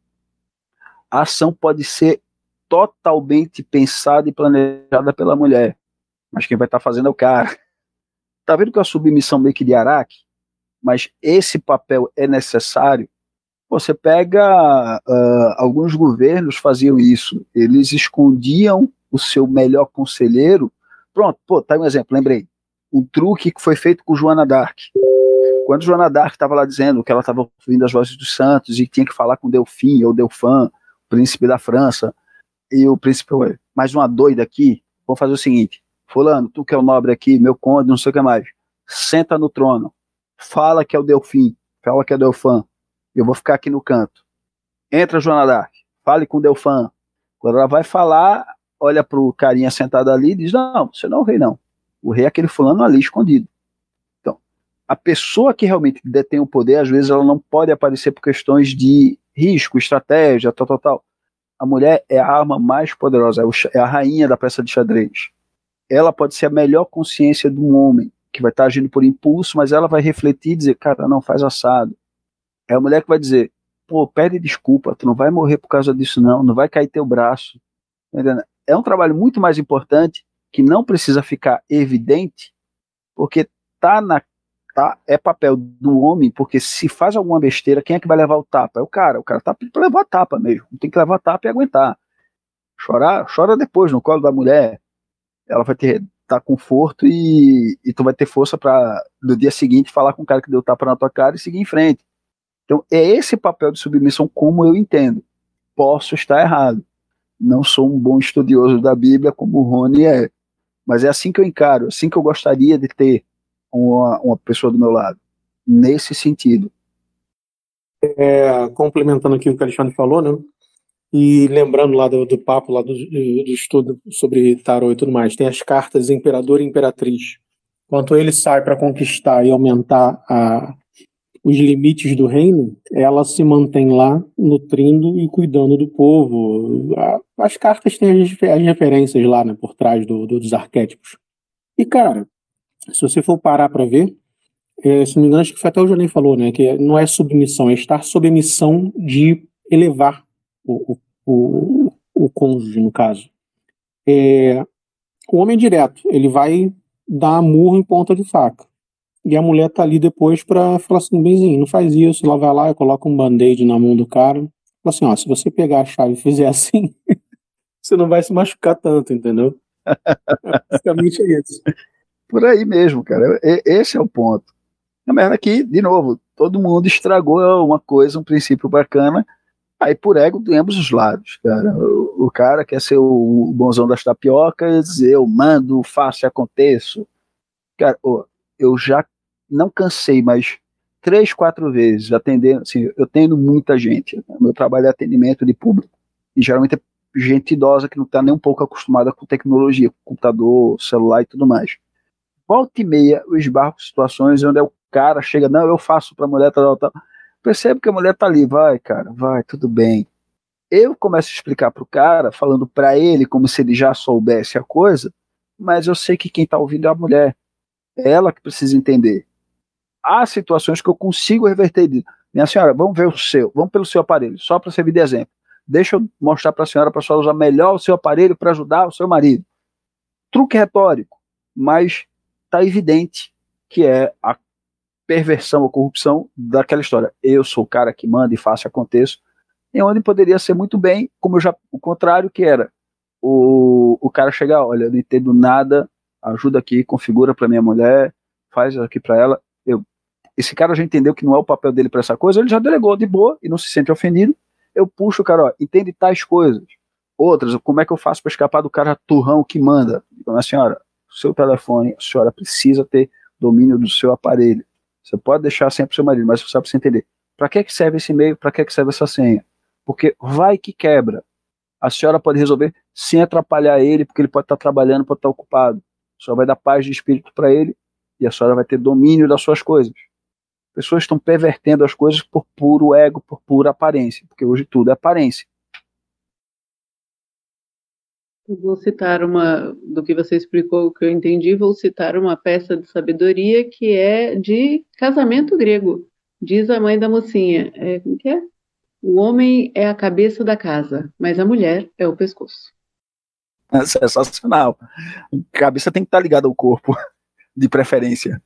A ação pode ser totalmente pensada e planejada pela mulher, mas quem vai estar fazendo é o cara. Tá vendo que é a submissão meio que de Araque? Mas esse papel é necessário. Você pega, uh, alguns governos faziam isso, eles escondiam o seu melhor conselheiro. Pronto, pô, tá aí um exemplo, lembrei. Um truque que foi feito com Joana d'Arc. Quando Joana d'Arc estava lá dizendo que ela estava ouvindo as vozes dos santos e tinha que falar com Delfim ou Delfin, príncipe da França, e o príncipe, ué, mais uma doida aqui, vamos fazer o seguinte: fulano, tu que é o nobre aqui, meu conde, não sei o que mais, senta no trono, fala que é o Delfim, fala que é o Delfim, eu vou ficar aqui no canto. Entra Joana d'Arc, fale com o Delfim. Quando ela vai falar, olha pro carinha sentado ali e diz: não, você não é o rei não, o rei é aquele fulano ali escondido. Então, a pessoa que realmente detém o poder, às vezes ela não pode aparecer por questões de risco, estratégia, tal, tal, tal. A mulher é a arma mais poderosa, é a rainha da peça de xadrez. Ela pode ser a melhor consciência de um homem, que vai estar agindo por impulso, mas ela vai refletir e dizer: cara, não, faz assado. É a mulher que vai dizer: pô, pede desculpa, tu não vai morrer por causa disso não, não vai cair teu braço. É um trabalho muito mais importante, que não precisa ficar evidente, porque tá na, tá, é papel do homem, porque se faz alguma besteira, quem é que vai levar o tapa? É o cara, o cara tá para levar a tapa mesmo, tem que levar a tapa e aguentar. Chorar, chora depois no colo da mulher, ela vai ter tá conforto e, e tu vai ter força para no dia seguinte falar com o cara que deu tapa na tua cara e seguir em frente. Então, é esse papel de submissão como eu entendo. Posso estar errado. Não sou um bom estudioso da Bíblia como o Rony é. Mas é assim que eu encaro, assim que eu gostaria de ter uma, uma pessoa do meu lado. Nesse sentido. É, complementando aqui o que o Alexandre falou, né? E lembrando lá do, do papo, lá do, do estudo sobre tarô e tudo mais, tem as cartas Imperador e Imperatriz. Enquanto ele sai para conquistar e aumentar a, os limites do reino, ela se mantém lá nutrindo e cuidando do povo. A, as cartas têm as, as referências lá, né, por trás do, do, dos arquétipos. E, cara, se você for parar para ver, é, se não me engano, acho que foi até o Janei falou, né, que não é submissão, é estar sob a missão de elevar o, o, o, o cônjuge, no caso. É, o homem direto, ele vai dar murro em ponta de faca. E a mulher tá ali depois pra falar assim, benzinho, não faz isso, ela vai lá e coloca um band-aid na mão do cara. Fala assim, ó, se você pegar a chave e fizer assim, você não vai se machucar tanto, entendeu? Basicamente é isso. Por aí mesmo, cara. Esse é o ponto. A merda aqui, de novo, todo mundo estragou uma coisa, um princípio bacana, aí por ego de ambos os lados, cara. O, o cara quer ser o bonzão das tapiocas, eu mando, faço e aconteço. Cara, oh, eu já não cansei, mas três, quatro vezes atendendo, assim, eu atendo muita gente, né? Meu trabalho é atendimento de público, e geralmente é gente idosa que não está nem um pouco acostumada com tecnologia, com computador, celular e tudo mais. Volta e meia, eu esbarro com situações onde o cara chega, não, eu faço pra mulher, tal, tal, tal. Percebo que a mulher tá ali, vai, cara, vai, tudo bem. Eu começo a explicar pro cara, falando pra ele como se ele já soubesse a coisa, mas eu sei que quem tá ouvindo é a mulher. É ela que precisa entender. Há situações que eu consigo reverter. Minha senhora, vamos ver o seu, vamos pelo seu aparelho, só para servir de exemplo. Deixa eu mostrar para a senhora, para a senhora usar melhor o seu aparelho para ajudar o seu marido. Truque retórico, mas está evidente que é a perversão ou corrupção daquela história. Eu sou o cara que manda e faço e aconteço, e onde poderia ser muito bem, como eu já, o contrário que era, o, o cara chegar, olha, eu não entendo nada, ajuda aqui, configura para minha mulher, faz aqui para ela. Eu, esse cara já entendeu que não é o papel dele para essa coisa, ele já delegou de boa e não se sente ofendido. Eu puxo o cara, ó, entende tais coisas. Outras, como é que eu faço para escapar do cara turrão que manda? Então, a senhora, o seu telefone, a senhora precisa ter domínio do seu aparelho. Você pode deixar sempre o seu marido, mas você precisa entender para que, que serve esse e-mail, para que, que serve essa senha. Porque vai que quebra. A senhora pode resolver sem atrapalhar ele, porque ele pode estar trabalhando, pode estar ocupado. A senhora vai dar paz de espírito para ele e a senhora vai ter domínio das suas coisas. Pessoas estão pervertendo as coisas por puro ego, por pura aparência, porque hoje tudo é aparência. Eu vou citar uma, do que você explicou, o que eu entendi, vou citar uma peça de sabedoria que é de casamento grego. Diz a mãe da mocinha, é, como que é? O homem é a cabeça da casa, mas a mulher é o pescoço. É sensacional. A cabeça tem que estar ligada ao corpo, de preferência.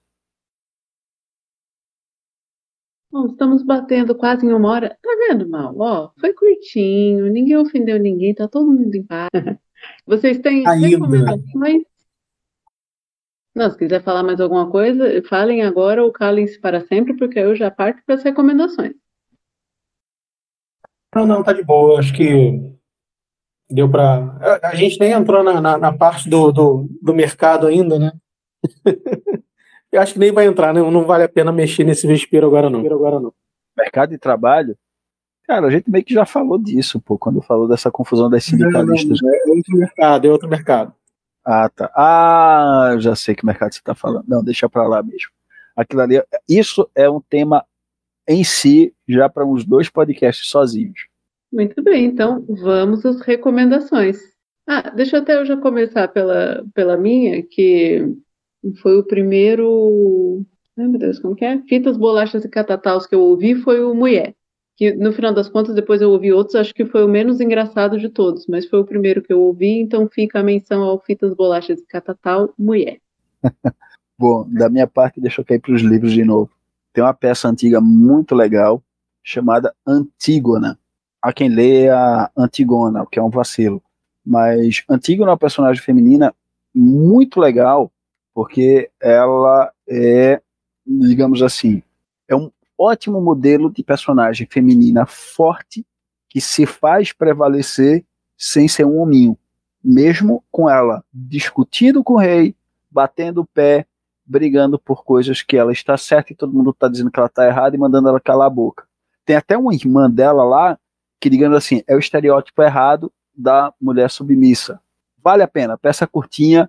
Bom, estamos batendo quase em uma hora. Tá vendo, Mal? Ó, foi curtinho, ninguém ofendeu ninguém, tá todo mundo em paz. Vocês têm Ainda. recomendações? Não, se quiser falar mais alguma coisa, falem agora ou calem-se para sempre, porque eu já parto para as recomendações. Não, não, tá de boa. Acho que deu para. A gente nem entrou na, na, na parte do, do, do mercado ainda, né? Eu acho que nem vai entrar, né? Não vale a pena mexer nesse vespeiro agora, não. Agora não. Mercado de trabalho, cara, a gente meio que já falou disso, pô, quando falou dessa confusão das sindicalistas. Não, não, é outro mercado, é outro mercado. Ah, tá. Ah, já sei que mercado você tá falando. Não, deixa pra lá mesmo. Aquilo ali, isso é um tema em si, já para uns dois podcasts sozinhos. Muito bem, então vamos às recomendações. Ah, deixa até eu já começar pela, pela minha, que foi o primeiro. Ai, meu Deus, como que é? Fitas, Bolachas e Catataus que eu ouvi foi o Mulher. Que no final das contas, depois eu ouvi outros, acho que foi o menos engraçado de todos, mas foi o primeiro que eu ouvi, então fica a menção ao Fitas, Bolachas e Catatal, Mulher. Bom, da minha parte, deixa eu cair para os livros de novo. Tem uma peça antiga muito legal, chamada Antígona. Há quem lê a Antigona, que é um vacilo. Mas Antígona é uma personagem feminina muito legal, porque ela é, digamos assim, é um, ótimo modelo de personagem feminina forte que se faz prevalecer sem ser um hominho, mesmo com ela discutindo com o rei, batendo o pé, brigando por coisas que ela está certa e todo mundo está dizendo que ela está errada e mandando ela calar a boca. Tem até uma irmã dela lá que, digamos assim, é o estereótipo errado da mulher submissa. Vale a pena, peça curtinha.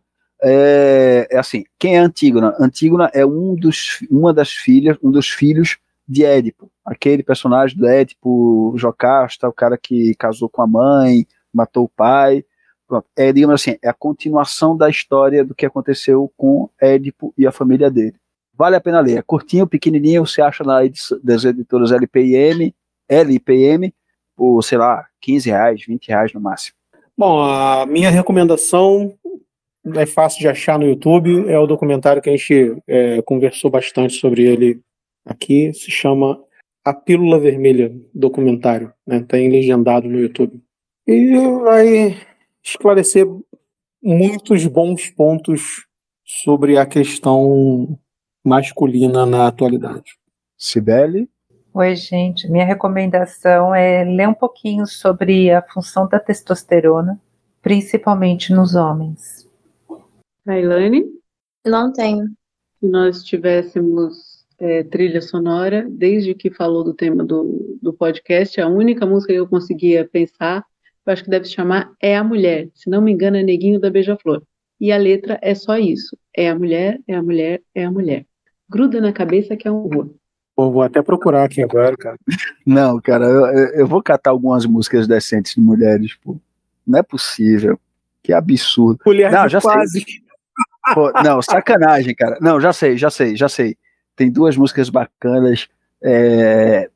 É, é assim, quem é Antígona? Antígona é um dos, uma das filhas, um dos filhos de Édipo, aquele personagem do Édipo, Jocasta, o cara que casou com a mãe, matou o pai. Pronto. É, digamos assim, é a continuação da história do que aconteceu com Édipo e a família dele. Vale a pena ler, é curtinho, pequenininho, você acha na edição das editoras L P M, L P M, por, sei lá, quinze reais, vinte reais no máximo. Bom, a minha recomendação é fácil de achar no YouTube, é o documentário que a gente é, conversou bastante sobre ele aqui, se chama A Pílula Vermelha Documentário, né? Tem legendado no YouTube. E vai esclarecer muitos bons pontos sobre a questão masculina na atualidade. Cibele? Oi, gente. Minha recomendação é ler um pouquinho sobre a função da testosterona, principalmente nos homens. Kailane? Não tenho. Se nós tivéssemos é, trilha sonora, desde que falou do tema do, do podcast, a única música que eu conseguia pensar, eu acho que deve se chamar É a Mulher. Se não me engano, é Neguinho da Beija-Flor. E a letra é só isso. É a mulher, é a mulher, é a mulher. Gruda na cabeça que é um horror. Pô, vou até procurar aqui agora, cara. Não, cara, eu, eu vou catar algumas músicas decentes de mulheres, pô. Não é possível. Que absurdo. Mulher não, de já quase. sei. Pô, não, sacanagem, cara. Não, já sei, já sei, já sei. Tem duas músicas bacanas. É...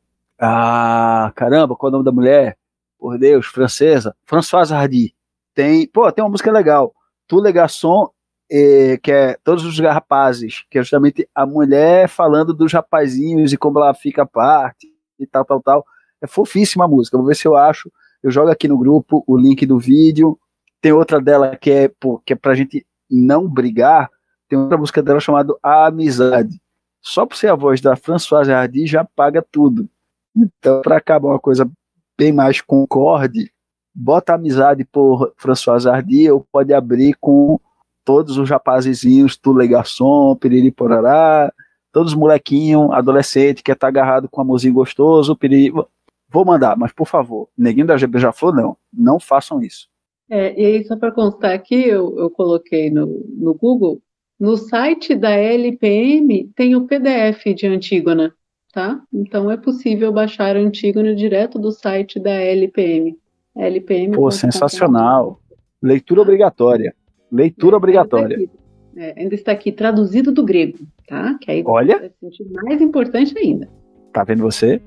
Ah, caramba, qual é o nome da mulher? Por Deus, francesa. Françoise Hardy. Tem, pô, tem uma música legal. Tu le garçon, eh, que é Todos os Rapazes, que é justamente a mulher falando dos rapazinhos e como ela fica à parte e tal, tal, tal. É fofíssima a música. Vou ver se eu acho. Eu jogo aqui no grupo o link do vídeo. Tem outra dela que é, pô, que é pra gente não brigar. Tem outra música dela chamada A Amizade. Só por ser a voz da Françoise Hardy já paga tudo. Então, para acabar uma coisa bem mais concorde, bota a Amizade por Françoise Hardy, ou pode abrir com todos os rapazizinhos, tu le garçon, piriri porará, todos os molequinhos, adolescente, que tá agarrado com um amorzinho gostoso, piriri... Vou mandar, mas por favor, Neguinho da Beija-Flor, não, não façam isso. É, e aí, só para constar aqui, eu, eu coloquei no, no Google, no site da L P M tem o P D F de Antígona, tá? Então é possível baixar Antígona direto do site da L P M. L P M. Pô, sensacional. Leitura obrigatória. Leitura é, obrigatória. Ainda está, aqui, é, ainda está aqui traduzido do grego, tá? Que aí Olha. vai se sentir mais importante ainda. Tá vendo você?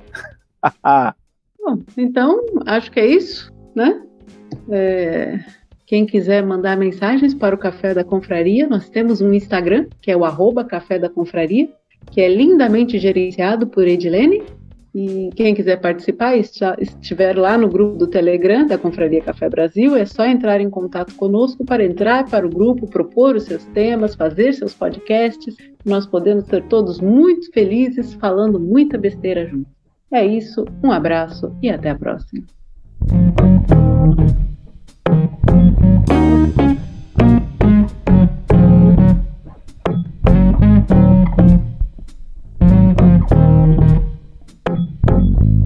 Bom, então, acho que é isso, né? É, quem quiser mandar mensagens para o Café da Confraria, nós temos um Instagram, que é o arroba Café da Confraria, que é lindamente gerenciado por Edilene. E quem quiser participar e estiver lá no grupo do Telegram da Confraria Café Brasil, é só entrar em contato conosco para entrar para o grupo, propor os seus temas, fazer seus podcasts. Nós podemos ser todos muito felizes, falando muita besteira juntos. É isso, um abraço e até a próxima.